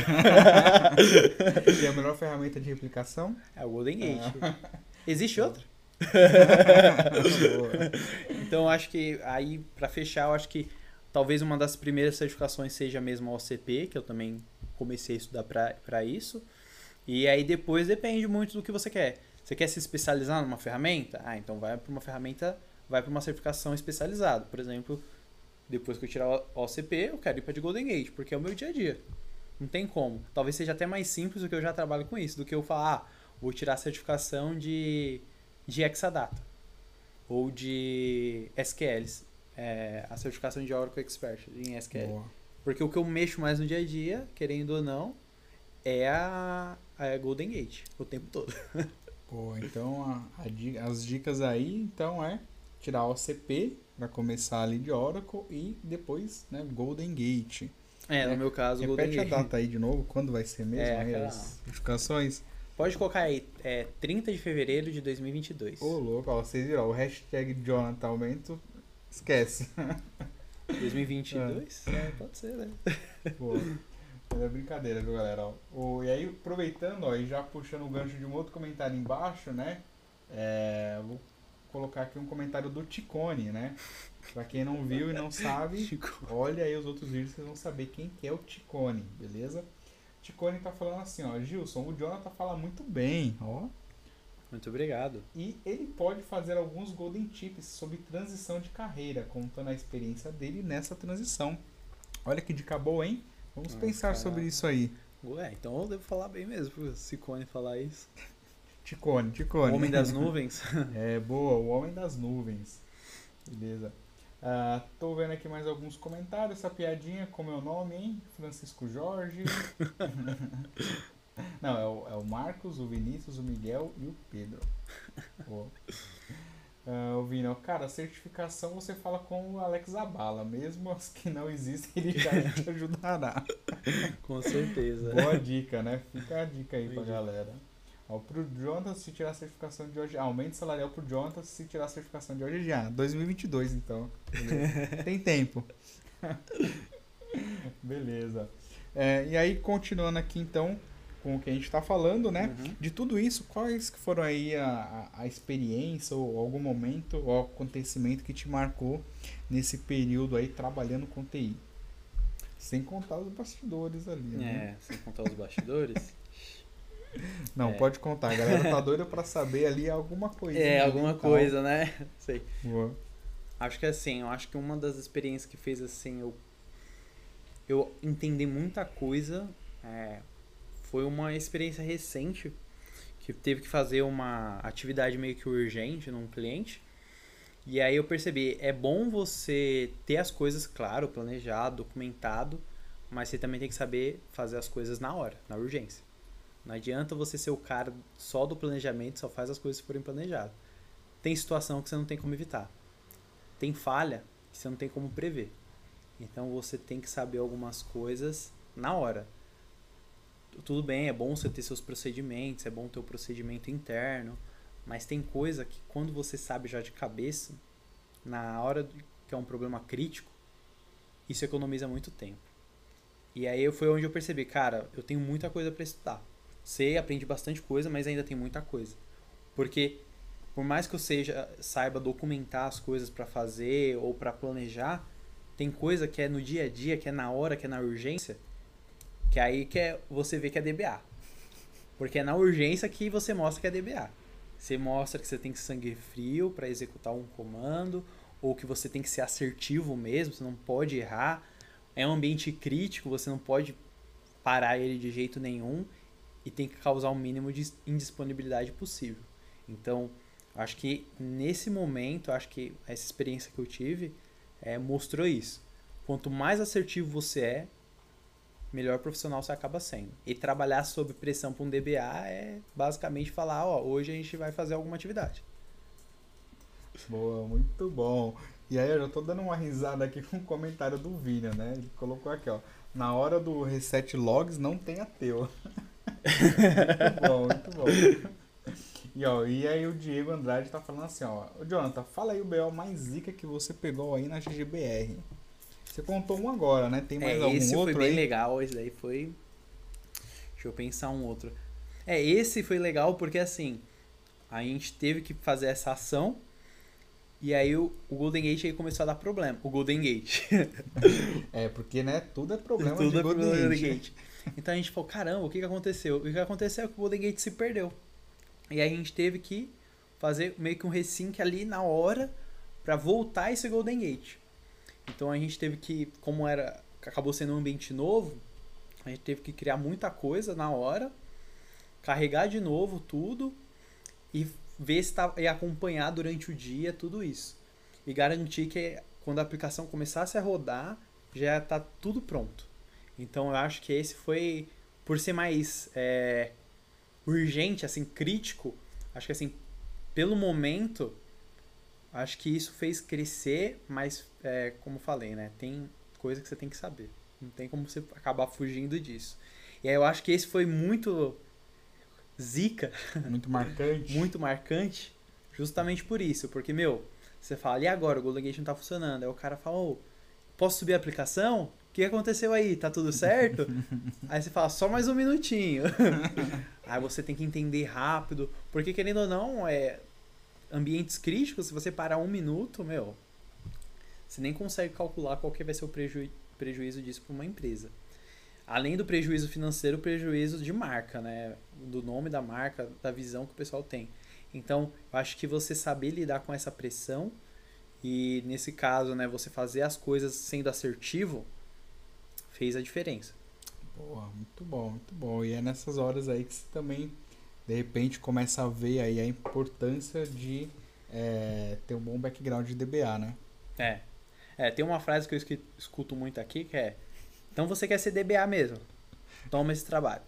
E a melhor ferramenta de replicação? É o Golden Gate. Existe outra? Boa. Então, eu acho que aí, para fechar, eu acho que talvez uma das primeiras certificações seja mesmo a O C P, que eu também comecei a estudar para isso. E aí depois depende muito do que você quer. Você quer se especializar numa ferramenta? Ah, então vai para uma ferramenta, vai para uma certificação especializada. Por exemplo, depois que eu tirar a O C P, eu quero ir para de Golden Gate, porque é o meu dia a dia. Não tem como. Talvez seja até mais simples do que eu já trabalho com isso, do que eu falar, ah, vou tirar a certificação de, de Exadata ou de S Q Ls, é, a certificação de Oracle Expert em S Q L. Boa. Porque o que eu mexo mais no dia a dia, querendo ou não, é a, a Golden Gate, o tempo todo. Pô, então a, a, as dicas aí, então é tirar o C P para começar ali de Oracle e depois, né, Golden Gate. É, no É, meu caso, Golden repete a Gate. data aí de novo, quando vai ser mesmo É, aí aquela- as certificações? Pode colocar aí, é trinta de fevereiro de dois mil e vinte e dois. Ô, louco, ó, vocês viram, ó, o hashtag Jonathan Aumento, esquece. dois mil e vinte e dois? É, pode ser, né? Pô, mas é brincadeira, viu, galera? Ó, o- e aí, aproveitando, ó, e já puxando o gancho de um outro comentário embaixo, né? É, vou colocar aqui um comentário do Ticone, né? Pra quem não viu e não sabe, Chico. olha aí os outros vídeos, vocês vão saber quem que é o Ticone, beleza? Ticone tá falando assim, ó, Gilson, o Jonathan fala muito bem, ó. Muito obrigado. E ele pode fazer alguns golden tips sobre transição de carreira, contando a experiência dele nessa transição. Olha que dica boa, hein? Vamos Ah, pensar caraca. sobre isso aí. Ué, então eu devo falar bem mesmo, pro Cicone falar isso. Ticone, O Ticone. Homem das Nuvens. É, boa, o Homem das Nuvens. Beleza. Ah, tô vendo aqui mais alguns comentários. Essa piadinha, como é o nome, hein? Francisco Jorge. Não, é o, é o Marcos, o Vinícius, o Miguel e o Pedro. Boa. Ah, o Vini, ó, cara, a certificação você fala com o Alex Abala. Mesmo as que não existem, ele já te ajudará. Com certeza. Boa dica, né? Fica a dica aí pra Entendi. galera. Ó, pro Jonathan, se tirar a certificação de hoje. Ah, aumento salarial pro Jonathan se tirar a certificação de hoje já. dois mil e vinte e dois, então. Beleza? Tem tempo. Beleza. É, e aí, continuando aqui, então, com o que a gente tá falando, né? Uhum. De tudo isso, quais que foram aí a, a, a experiência ou algum momento ou acontecimento que te marcou nesse período aí trabalhando com T I? Sem contar os bastidores ali, né? É, sem contar os bastidores. Não, É. pode contar. A galera tá doida pra saber ali alguma coisa. É, alguma coisa, né? Sei. Boa. Acho que assim, eu acho que uma das experiências que fez assim eu, eu entender muita coisa é, foi uma experiência recente que teve que fazer uma atividade meio que urgente num cliente. E aí eu percebi, é bom você ter as coisas, claro, planejado, documentado, mas você também tem que saber fazer as coisas na hora, na urgência. Não adianta você ser o cara só do planejamento, só faz as coisas se forem planejadas. Tem situação que você não tem como evitar. Tem falha que você não tem como prever. Então você tem que saber algumas coisas na hora. Tudo bem, é bom você ter seus procedimentos, é bom ter o procedimento interno, Mas tem coisa que quando você sabe já de cabeça, na hora que é um problema crítico, isso economiza muito tempo. E aí foi onde eu percebi, cara, eu tenho muita coisa para estudar. Sei, aprendi bastante coisa, mas ainda tem muita coisa. Porque por mais que eu seja saiba documentar as coisas para fazer ou para planejar, tem coisa que é no dia a dia, que é na hora, que é na urgência, que aí que é, você vê que é D B A. Porque é na urgência que você mostra que é D B A. Você mostra que você tem que sangue frio para executar um comando, ou que você tem que ser assertivo mesmo, você não pode errar. É um ambiente crítico, você não pode parar ele de jeito nenhum e tem que causar o mínimo de indisponibilidade possível. Então, acho que nesse momento, acho que essa experiência que eu tive é, mostrou isso. Quanto mais assertivo você é, melhor profissional você acaba sendo. E trabalhar sob pressão para um D B A é basicamente falar, ó, hoje a gente vai fazer alguma atividade. Boa, muito bom. E aí eu já tô dando uma risada aqui com o comentário do Vina, né? Ele colocou aqui, ó. Na hora do reset logs não tem ateu. Muito bom, muito bom. E, ó, e aí o Diego Andrade tá falando assim, ó. Ô, Jonathan, fala aí o B O mais zica que você pegou aí na G G B R. Você contou um agora, né? Tem mais é, algum esse outro foi bem aí? legal, esse daí foi... Deixa eu pensar um outro. É, esse foi legal porque, assim, a gente teve que fazer essa ação e aí o, o Golden Gate aí começou a dar problema. O Golden Gate. É, porque, né, tudo é problema Tudo de é Golden problema do Gate. Golden Gate. Então a gente falou, caramba, o que que aconteceu? O que que aconteceu é que o Golden Gate se perdeu. E aí a gente teve que fazer meio que um resync ali na hora pra voltar esse Golden Gate. Então a gente teve que, como era, acabou sendo um ambiente novo, a gente teve que criar muita coisa na hora, carregar de novo tudo e ver se tá, e acompanhar durante o dia tudo isso. E garantir que quando a aplicação começasse a rodar, já tá tudo pronto. Então eu acho que esse foi, por ser mais é, urgente, assim, crítico, acho que assim, pelo momento, acho que isso fez crescer, mas, é, como falei, né, tem coisa que você tem que saber. Não tem como você acabar fugindo disso. E aí eu acho que esse foi muito zica, Muito marcante. muito marcante, justamente por isso. Porque, meu, você fala, e agora? O Golden Gate não tá funcionando. Aí o cara fala, ô, posso subir a aplicação? O que aconteceu aí? Tá tudo certo? Aí você fala, só mais um minutinho. Aí você tem que entender rápido. Porque, querendo ou não, é ambientes críticos, se você parar um minuto, meu, você nem consegue calcular qual que vai ser o preju prejuízo disso para uma empresa. Além do prejuízo financeiro, o prejuízo de marca, né? Do nome da marca, da visão que o pessoal tem. Então, eu acho que você saber lidar com essa pressão e, nesse caso, né, você fazer as coisas sendo assertivo, fez a diferença. Boa, muito bom, muito bom. E é nessas horas aí que você também, de repente, começa a ver aí a importância de é, ter um bom background de D B A, né? É. É, tem uma frase que eu escuto muito aqui que é: então você quer ser D B A mesmo? Toma esse trabalho.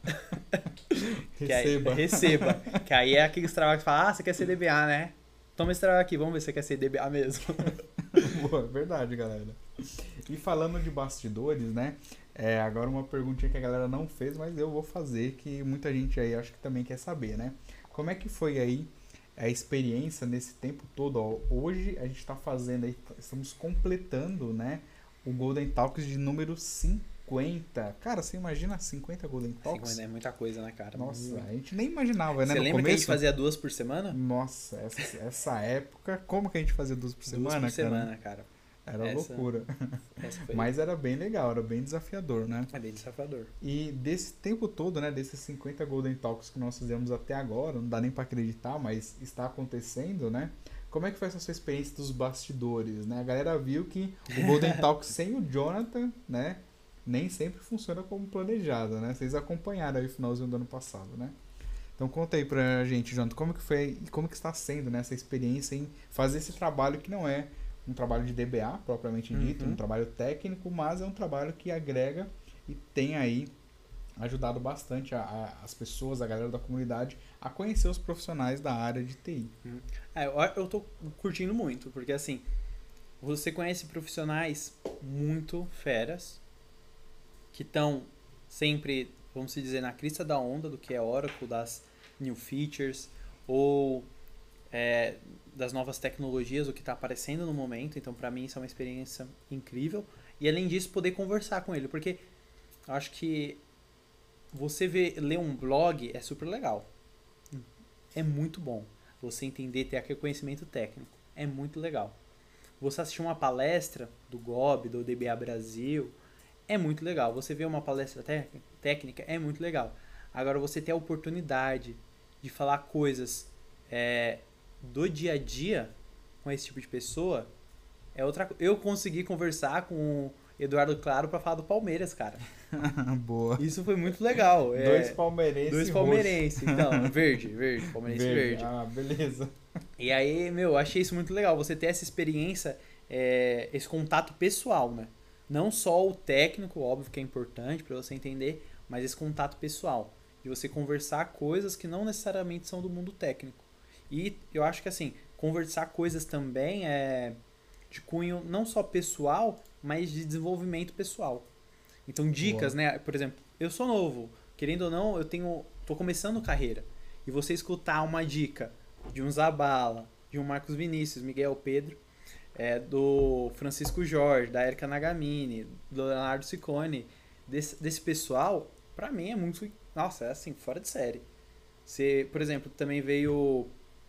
Que aí, Receba. receba. Que aí é aqueles trabalhos que fala, ah, você quer ser D B A, né? Toma esse trabalho aqui, vamos ver se você quer ser D B A mesmo. Boa, verdade, galera. E falando de bastidores, né? É, agora uma perguntinha que a galera não fez, mas eu vou fazer, que muita gente aí acho que também quer saber, né? Como é que foi aí a experiência nesse tempo todo? Ó, hoje a gente está fazendo aí, estamos completando, né? O Golden Talks de número cinquenta. Cara, você imagina cinquenta Golden Talks? cinquenta é muita coisa, né, cara? Nossa, a gente nem imaginava, né? Você No lembra começo? que a gente fazia duas por semana? Nossa, essa, essa época, como que a gente fazia duas por semana, Duas por cara? semana, cara. Era Essa- loucura. Essa foi Mas era bem legal, era bem desafiador, né? é bem desafiador. E desse tempo todo, né, desses cinquenta Golden Talks que nós fizemos até agora, não dá nem pra acreditar, mas está acontecendo, né? Como é que foi essa sua experiência dos bastidores, né? A galera viu que o Golden Talk sem o Jonathan, né, nem sempre funciona como planejado, né? Vocês acompanharam aí o finalzinho do ano passado, né? Então conta aí pra gente, Jonathan, como que foi e como que está sendo, né, essa experiência em fazer esse trabalho que não é um trabalho de D B A, propriamente dito, Uhum. um trabalho técnico, mas é um trabalho que agrega e tem aí ajudado bastante a, a- as pessoas, a galera da comunidade, a conhecer os profissionais da área de T I. É, eu, eu tô curtindo muito, porque assim, você conhece profissionais muito feras, que estão sempre, vamos se dizer, na crista da onda do que é Oracle, das new features, ou é, das novas tecnologias, o que está aparecendo no momento. Então, para mim, isso é uma experiência incrível. E, além disso, poder conversar com ele. Porque eu acho que você ver, ler um blog é super legal. É muito bom. Você entender, ter aquele conhecimento técnico. É muito legal. Você assistir uma palestra do G O B, do D B A Brasil, é muito legal. Você ver uma palestra técnica, é muito legal. Agora, você ter a oportunidade de falar coisas é, do dia a dia com esse tipo de pessoa, é outra coisa. Eu consegui conversar com o Eduardo Claro para falar do Palmeiras, cara. Boa. Isso foi muito legal. É, Dois palmeirenses. Dois palmeirenses. Então, verde, verde, palmeirense verde. verde. Ah, beleza. E aí, meu, achei isso muito legal. Você ter essa experiência, é, esse contato pessoal, né? Não só o técnico, óbvio que é importante para você entender, mas esse contato pessoal. De você conversar coisas que não necessariamente são do mundo técnico. E eu acho que, assim, conversar coisas também é de cunho não só pessoal, mas de desenvolvimento pessoal. Então, dicas, Boa. né? Por exemplo, eu sou novo. Querendo ou não, eu tenho tô começando carreira. E você escutar uma dica de um Zabala, de um Marcos Vinícius, Miguel Pedro, é, do Francisco Jorge, da Erika Nagamine, do Leonardo Ciccone, desse, desse pessoal, pra mim é muito... Nossa, é assim, fora de série. Você, por exemplo, também veio...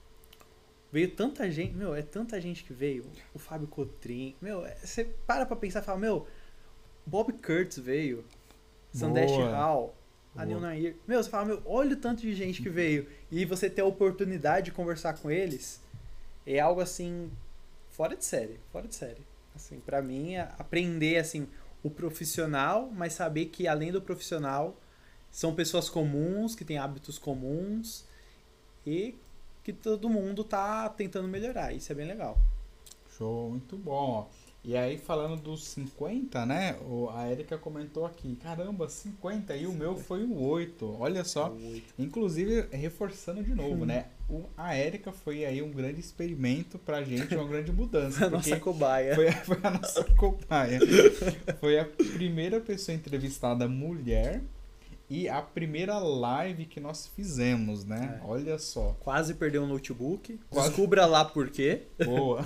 Veio tanta gente... Meu, é tanta gente que veio. O Fábio Cotrim. Meu, é, você para pra pensar e fala, meu... Bob Kurtz veio. Sandesh Hall. Anil Nair. Meu, você fala, meu, olha o tanto de gente que veio. E você ter a oportunidade de conversar com eles é algo assim... Fora de série. Fora de série. Assim, pra mim, é aprender, assim, o profissional, mas saber que além do profissional... São pessoas comuns, que têm hábitos comuns e que todo mundo tá tentando melhorar. Isso é bem legal. Show, muito bom. E aí, falando dos cinquenta, né? A Erika comentou aqui, caramba, cinquenta, e o meu foi o oito. Olha só. oito. Inclusive, reforçando de novo, né? O, a Erika foi aí um grande experimento pra gente, uma grande mudança. A nossa cobaia. Foi, foi a nossa cobaia. Foi a primeira pessoa entrevistada mulher... E a primeira live que nós fizemos, né? É. Olha só. Quase perdeu o notebook. Quase... Descubra lá por quê. Boa.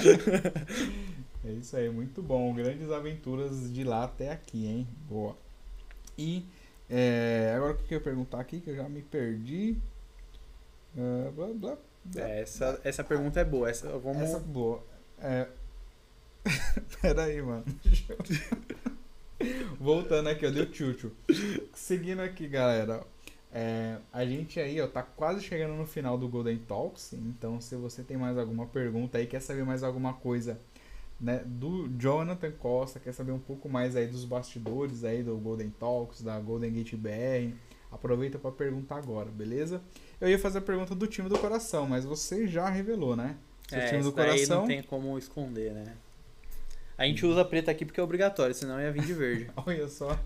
É isso aí, muito bom. Grandes aventuras de lá até aqui, hein? Boa. E é, agora o que eu ia perguntar aqui, que eu já me perdi. Uh, blá, blá, blá. É, essa, essa pergunta é boa. Essa, vamos... essa é boa. É... Pera aí, mano. Deixa eu... Voltando aqui, eu dei o tchutchu. Seguindo aqui, galera. É, a gente aí, ó, tá quase chegando no final do Golden Talks. Então, se você tem mais alguma pergunta aí, quer saber mais alguma coisa, né, do Jonathan Costa, quer saber um pouco mais aí dos bastidores aí do Golden Talks, da Golden Gate B R, aproveita para perguntar agora, beleza? Eu ia fazer a pergunta do time do coração, mas você já revelou, né? Seu é, time do coração não tem como esconder, né? A gente usa preta aqui porque é obrigatório, senão ia vir de verde. Olha só.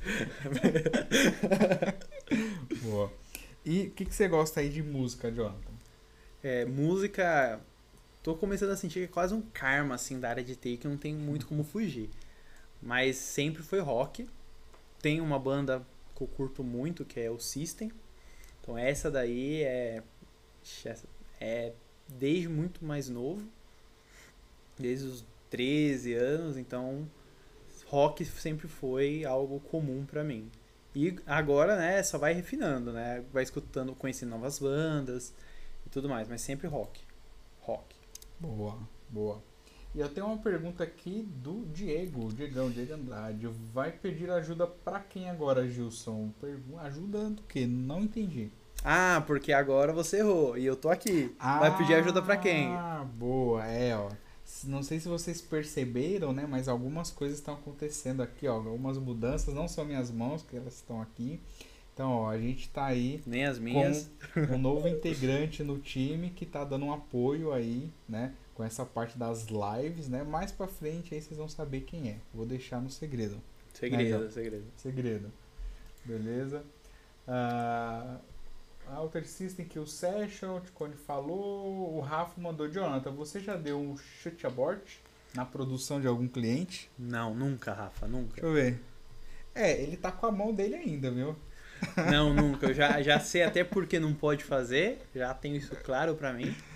Boa. E o que, que você gosta aí de música, Jonathan? É, música... Tô começando a sentir que é quase um karma, assim, da área de T I, que não tem muito como fugir. Mas sempre foi rock. Tem uma banda que eu curto muito, que é o System. Então essa daí é... É desde muito mais novo. Desde os treze anos, então rock sempre foi algo comum pra mim. E agora, né, só vai refinando, né? Vai escutando, conhecendo novas bandas e tudo mais, mas sempre rock. Rock. Boa, boa. E eu tenho uma pergunta aqui do Diego, o Diegão, Diego Andrade. Vai pedir ajuda pra quem agora, Gilson? Ajuda do quê? Não entendi. Ah, porque agora você errou e eu tô aqui. Ah, vai pedir ajuda pra quem? Ah, boa, é, ó. Não sei se vocês perceberam, né? Mas algumas coisas estão acontecendo aqui, ó. Algumas mudanças, não são minhas mãos, que elas estão aqui. Então, ó, a gente tá aí... Nem as minhas. Com um novo integrante no time que tá dando um apoio aí, né? Com essa parte das lives, né? Mais pra frente aí vocês vão saber quem é. Vou deixar no segredo. Segredo, né, segredo. Segredo. Beleza? Ah... Alter System Kill Session, o Ticone falou, o Rafa mandou, Jonathan, você já deu um chute abort na produção de algum cliente? Não, nunca, Rafa, nunca. Deixa eu ver. É, ele tá com a mão dele ainda, viu? Não, nunca. Eu já, já sei até porque não pode fazer, já tenho isso claro pra mim.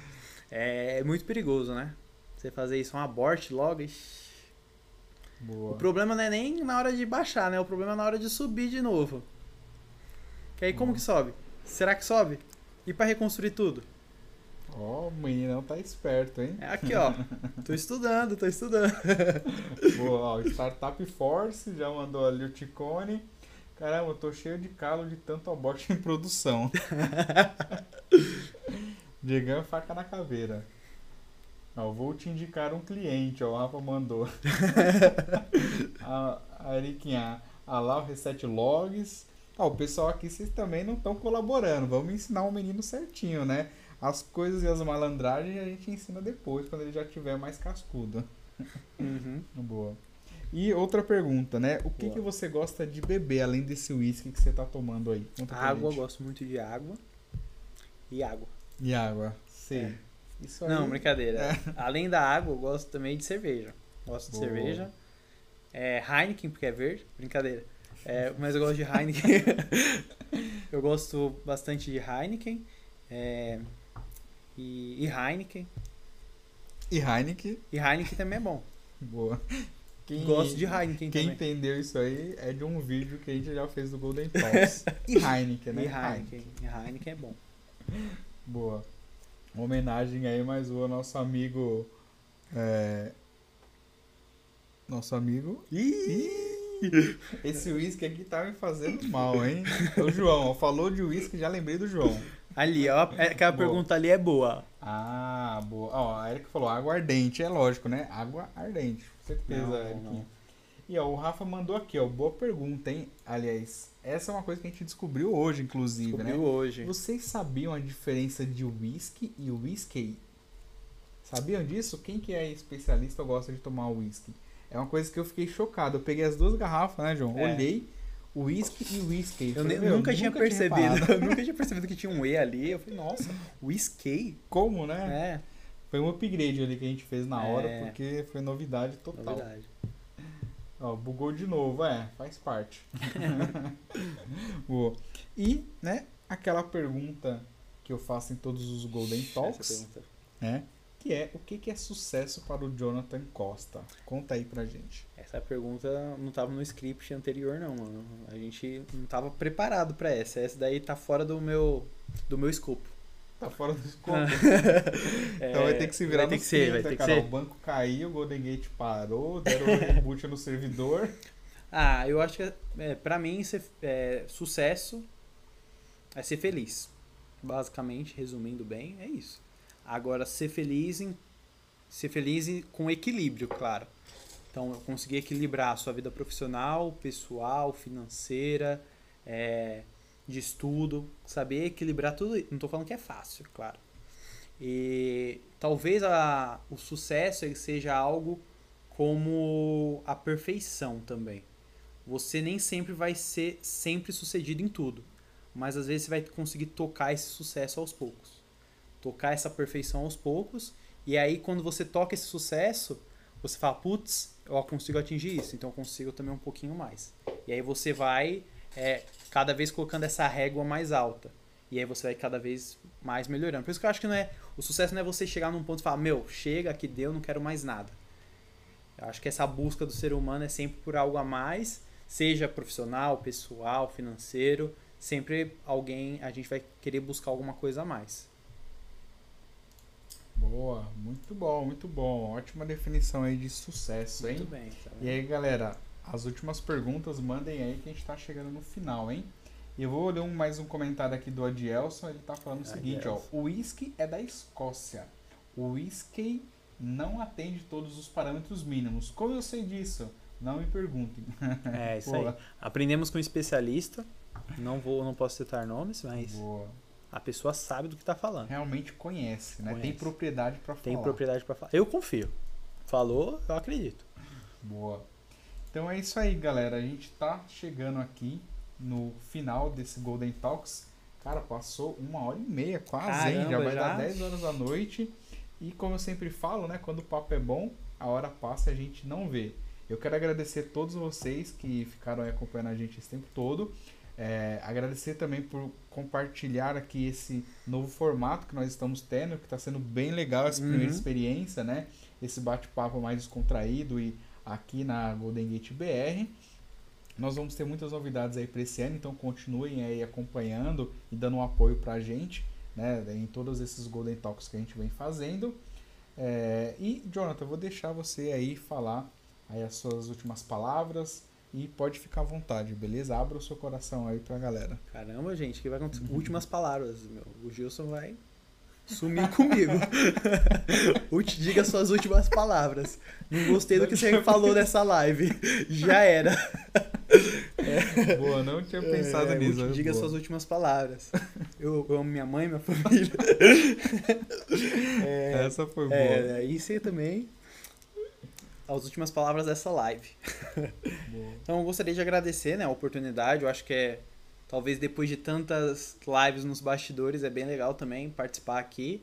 É muito perigoso, né? Você fazer isso, um aborte logo. Ixi. Boa. O problema não é nem na hora de baixar, né? O problema é na hora de subir de novo. Que aí como Hum. que sobe? Será que sobe? E pra reconstruir tudo? Ó, o meninão tá esperto, hein? É aqui, ó. Tô estudando, tô estudando. Boa, ó, Startup Force já mandou ali o Ticone. Caramba, eu tô cheio de calo de tanto aborto em produção. Diegão, faca na caveira. Ó, vou te indicar um cliente, ó, o Rafa mandou. a, a Eriquinha, a lá o Reset Logs. Ó, o pessoal aqui, vocês também não estão colaborando. Vamos ensinar o menino certinho, né? As coisas e as malandragens a gente ensina depois, quando ele já tiver mais cascudo. Uhum. Boa. E outra pergunta, né? O que, Boa. que você gosta de beber, além desse whisky que você tá tomando aí? Conta pra Água, gente. gosto muito de água. E água. E água, sei. É. Isso aí... Não, brincadeira. É. Além da água, eu gosto também de cerveja. Gosto de Boa. cerveja. É, Heineken, porque é verde. Brincadeira. É, mas eu gosto de Heineken. Eu gosto bastante de Heineken. É, e, e Heineken. E Heineken. E Heineken também é bom. Boa. Quem, Gosto de Heineken Quem também. entendeu isso aí é de um vídeo que a gente já fez do Golden Talks. E Heineken, né? E Heineken. E Heineken é bom. Boa. Uma homenagem aí mais uma ao nosso amigo... É... Nosso amigo... Ih! Esse uísque aqui tá me fazendo mal, hein? O João, ó, falou de uísque, já lembrei do João. Ali, ó. Aquela Boa. pergunta ali é boa. Ah, boa. Ó, a Erika falou água ardente, é lógico, né? Água ardente, com certeza, Não, Erika. não. E ó, o Rafa mandou aqui, ó, boa pergunta, hein? Aliás, essa é uma coisa que a gente descobriu hoje, inclusive, Descobriu né? hoje. Vocês sabiam a diferença de whisky e whisky? Sabiam disso? Quem que é especialista ou gosta de tomar whisky? É uma coisa que eu fiquei chocado. Eu peguei as duas garrafas, né, João? É. Olhei whisky e whisky. Eu, Falei, nem- meu, nunca tinha percebido. reparado. Eu nunca tinha percebido que tinha um E ali. Eu falei, nossa, whisky? Como, né? É, Foi um upgrade ali que a gente fez na hora, É. porque foi novidade total. novidade. Ó, bugou de novo, é, faz parte. Boa. E, né, aquela pergunta que eu faço em todos os Golden Essa Talks, pergunta. né? Que é, o que que é sucesso para o Jonathan Costa? Conta aí pra gente. Essa pergunta não tava no script anterior, não, mano. A gente não tava preparado pra essa. Essa daí tá fora do meu, do meu escopo. Tá fora do escopo. É, Então vai ter que se virar vai ter nos que ser, vai trinta, ter que cara. ser. O banco caiu, o Golden Gate parou, deram um reboot no servidor. Ah, eu acho que é, pra mim ser, é, sucesso é ser feliz. Basicamente, resumindo bem, é isso. Agora, ser feliz em, ser feliz em- com equilíbrio, claro. Então, eu conseguir equilibrar a sua vida profissional, pessoal, financeira, é, de estudo, saber equilibrar tudo. Não estou falando que é fácil, claro. E talvez a, o sucesso ele seja algo como a perfeição também. Você nem sempre vai ser sempre sucedido em tudo, mas às vezes você vai conseguir tocar esse sucesso aos poucos. Tocar essa perfeição aos poucos, e aí quando você toca esse sucesso, você fala, putz, eu consigo atingir isso, então eu consigo também um pouquinho mais. E aí você vai é, cada vez colocando essa régua mais alta. E aí você vai cada vez mais melhorando. Por isso que eu acho que não é, o sucesso não é você chegar num ponto e falar, meu, chega, aqui deu, não quero mais nada. Eu acho que essa busca do ser humano é sempre por algo a mais, seja profissional, pessoal, financeiro, sempre alguém, a gente vai querer buscar alguma coisa a mais. Boa, muito bom, muito bom. Ótima definição aí de sucesso, hein? Muito bem. Tá E aí, galera, as últimas perguntas mandem aí que a gente tá chegando no final, hein? E eu vou ler um, mais um comentário aqui do Adielson, ele tá falando o seguinte, ó. Adielson. O whisky é da Escócia. O whisky não atende todos os parâmetros mínimos. Como eu sei disso? Não me perguntem. É, isso Boa. aí. Aprendemos com um especialista, não vou, não posso citar nomes, mas Boa. a pessoa sabe do que tá falando. Realmente conhece, né? Tem Conhece. propriedade pra Tem falar. propriedade para falar. Eu confio. Falou, eu acredito. Boa. Então é isso aí, galera. A gente tá chegando aqui no final desse Golden Talks. Cara, passou uma hora e meia quase, hein? Já Caramba, vai já? dar dez horas da noite. E como eu sempre falo, né? Quando o papo é bom, a hora passa e a gente não vê. Eu quero agradecer a todos vocês que ficaram aí acompanhando a gente esse tempo todo. É, agradecer também por compartilhar aqui esse novo formato que nós estamos tendo, que está sendo bem legal essa primeira Uhum. experiência, né? Esse bate-papo mais descontraído e aqui na Golden Gate B R. Nós vamos ter muitas novidades aí para esse ano, então continuem aí acompanhando e dando um apoio para a gente, né? Em todos esses Golden Talks que a gente vem fazendo. É, e, Jonathan, eu vou deixar você aí falar aí as suas últimas palavras e pode ficar à vontade, beleza? Abra o seu coração aí pra galera. Caramba, gente, o que vai acontecer? Últimas palavras, meu. O Gilson vai sumir comigo. O te diga suas últimas palavras. Não gostei do que você falou nessa live. Já era. É. Boa, não tinha pensado é, nisso. O te diga boa. suas últimas palavras. Eu, eu amo minha mãe, minha família. É, Essa foi boa. É, e você também. As últimas palavras dessa live. Então eu gostaria de agradecer, né, a oportunidade. Eu acho que é, talvez depois de tantas lives nos bastidores, é bem legal também participar aqui.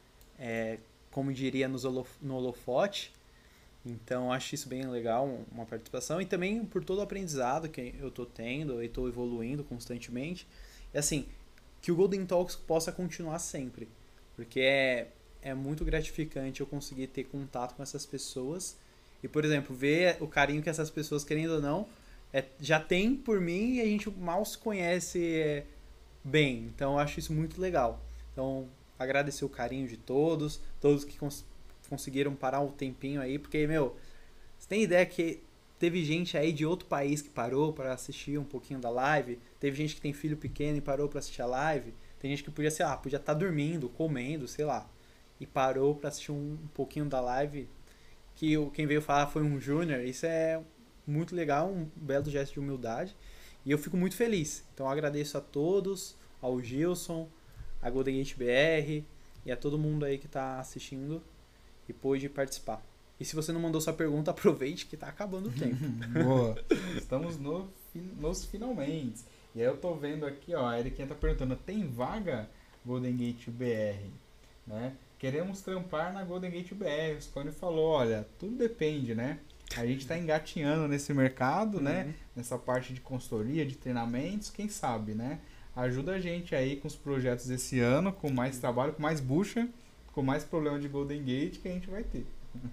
É, como diria nos holof no holofote. Então acho isso bem legal, uma participação. E também por todo o aprendizado que eu tô tendo e tô evoluindo constantemente. E assim, que o Golden Talks possa continuar sempre. Porque é, é muito gratificante eu conseguir ter contato com essas pessoas. E, por exemplo, ver o carinho que essas pessoas, querendo ou não, é, já tem por mim e a gente mal se conhece é, bem. Então, eu acho isso muito legal. Então, agradecer o carinho de todos, todos que cons conseguiram parar um tempinho aí, porque, meu, você tem ideia que teve gente aí de outro país que parou para assistir um pouquinho da live, teve gente que tem filho pequeno e parou para assistir a live, tem gente que podia, sei lá, podia estar dormindo, comendo, sei lá, e parou para assistir um, um pouquinho da live, que quem veio falar foi um júnior. Isso é muito legal, um belo gesto de humildade. E eu fico muito feliz. Então eu agradeço a todos, ao Gilson, a Golden Gate B R e a todo mundo aí que está assistindo e pôde participar. E se você não mandou sua pergunta, aproveite que está acabando o tempo. Boa. Estamos no, nos finalmente. E aí eu tô vendo aqui, ó, a Eriquinha tá perguntando, tem vaga Golden Gate B R? Né? Queremos trampar na Golden Gate B R. O Scone falou, olha, tudo depende, né? A gente está engatinhando nesse mercado, uhum. né? Nessa parte de consultoria, de treinamentos, quem sabe, né? Ajuda a gente aí com os projetos desse ano, com mais trabalho, com mais bucha, com mais problema de Golden Gate que a gente vai ter.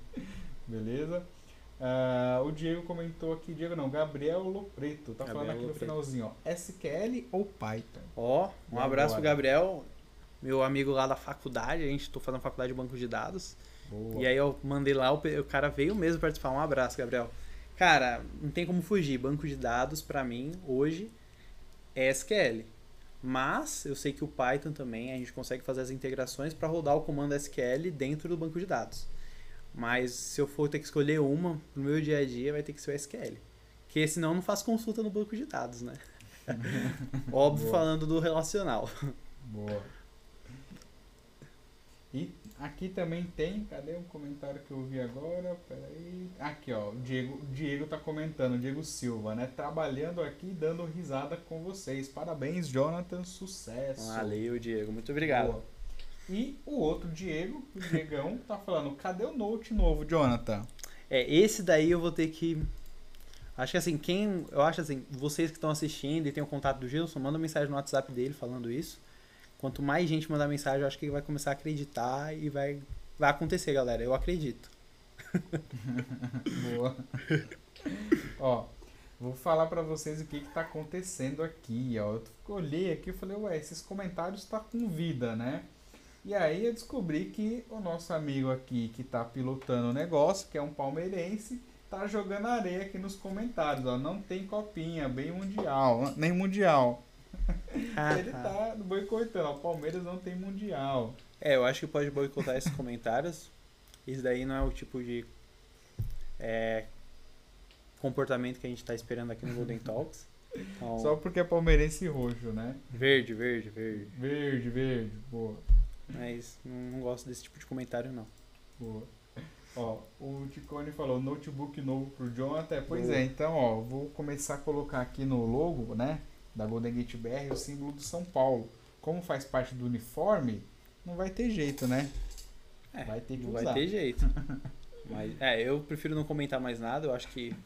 Beleza? Uh, o Diego comentou aqui, Diego não, Gabriel Lopreto, tá Gabriel falando aqui Lopreto. No finalzinho, ó, S Q L ou Python? Ó, um abraço pro Gabriel. Meu amigo lá da faculdade, a gente tô fazendo faculdade de banco de dados. Boa. E aí eu mandei lá, o, o cara veio mesmo participar. Um abraço, Gabriel. Cara, não tem como fugir. Banco de dados, pra mim, hoje, é S Q L. Mas eu sei que o Python também, a gente consegue fazer as integrações para rodar o comando S Q L dentro do banco de dados. Mas se eu for ter que escolher uma, no meu dia a dia, vai ter que ser o S Q L. Porque senão eu não faço consulta no banco de dados, né? Óbvio, boa. Falando do relacional. Boa. E aqui também tem, cadê um comentário que eu vi agora? Peraí. Aqui, ó, o Diego, o Diego tá comentando, o Diego Silva, né? Trabalhando aqui, dando risada com vocês. Parabéns, Jonathan, sucesso. Valeu, Diego, muito obrigado. Boa. E o outro Diego, o Diegão, tá falando, cadê o Note novo, Jonathan? É, esse daí eu vou ter que... Acho que assim, quem... Eu acho assim, vocês que estão assistindo e tem o contato do Gilson, manda mensagem no WhatsApp dele falando isso. Quanto mais gente mandar mensagem, eu acho que ele vai começar a acreditar e vai, vai acontecer, galera. Eu acredito. Boa. Ó, vou falar pra vocês o que que tá acontecendo aqui, ó. Eu olhei aqui e falei, ué, esses comentários tá com vida, né? E aí eu descobri que o nosso amigo aqui que tá pilotando o negócio, que é um palmeirense, tá jogando areia aqui nos comentários, ó. Não tem copinha, bem mundial, nem mundial. Ah, ele tá boicotando, o Palmeiras não tem mundial. É, eu acho que pode boicotar esses comentários. Isso daí não é o tipo de é, comportamento que a gente tá esperando aqui no Golden Talks. Então, só porque é palmeirense roxo, né? Verde, verde, verde. Verde, verde, boa. Mas não, não gosto desse tipo de comentário, não. Boa. Ó, o Ticone falou, notebook novo pro Jonathan. Pois boa. É, então, ó, vou começar a colocar aqui no logo, né? Da Golden Gate B R, o símbolo do São Paulo. Como faz parte do uniforme, não vai ter jeito, né? É, vai ter que não usar. Vai ter jeito. Mas, é, eu prefiro não comentar mais nada. Eu acho que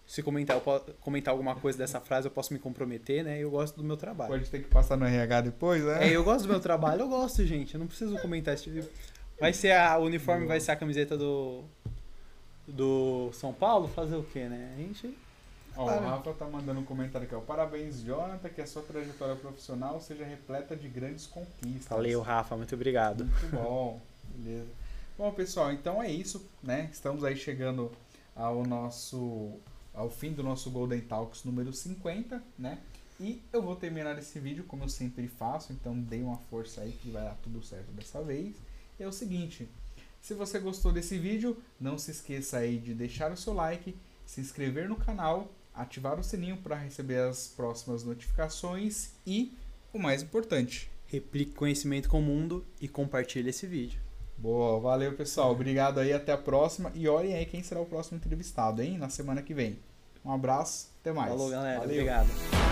se comentar, eu posso, comentar alguma coisa dessa frase, eu posso me comprometer, né? Eu gosto do meu trabalho. Pode ter que passar no R H depois, né? É, eu gosto do meu trabalho, eu gosto, gente. Eu não preciso comentar esse tipo de... Vai ser a o uniforme, vai ser a camiseta do do São Paulo, fazer o quê, né? A gente... Ó, o Rafa tá mandando um comentário aqui, ó. Parabéns, Jonathan, que a sua trajetória profissional seja repleta de grandes conquistas. Valeu, Rafa, muito obrigado. Muito bom, beleza. Bom, pessoal, então é isso, né? Estamos aí chegando ao nosso... ao fim do nosso Golden Talks número cinquenta, né? E eu vou terminar esse vídeo como eu sempre faço, então dê uma força aí que vai dar tudo certo dessa vez. E é o seguinte, se você gostou desse vídeo, não se esqueça aí de deixar o seu like, se inscrever no canal, ativar o sininho para receber as próximas notificações e, o mais importante, replique conhecimento com o mundo e compartilhe esse vídeo. Boa, valeu pessoal, obrigado aí, até a próxima e olhem aí quem será o próximo entrevistado, hein, na semana que vem. Um abraço, até mais. Falou, galera, Valeu. obrigado.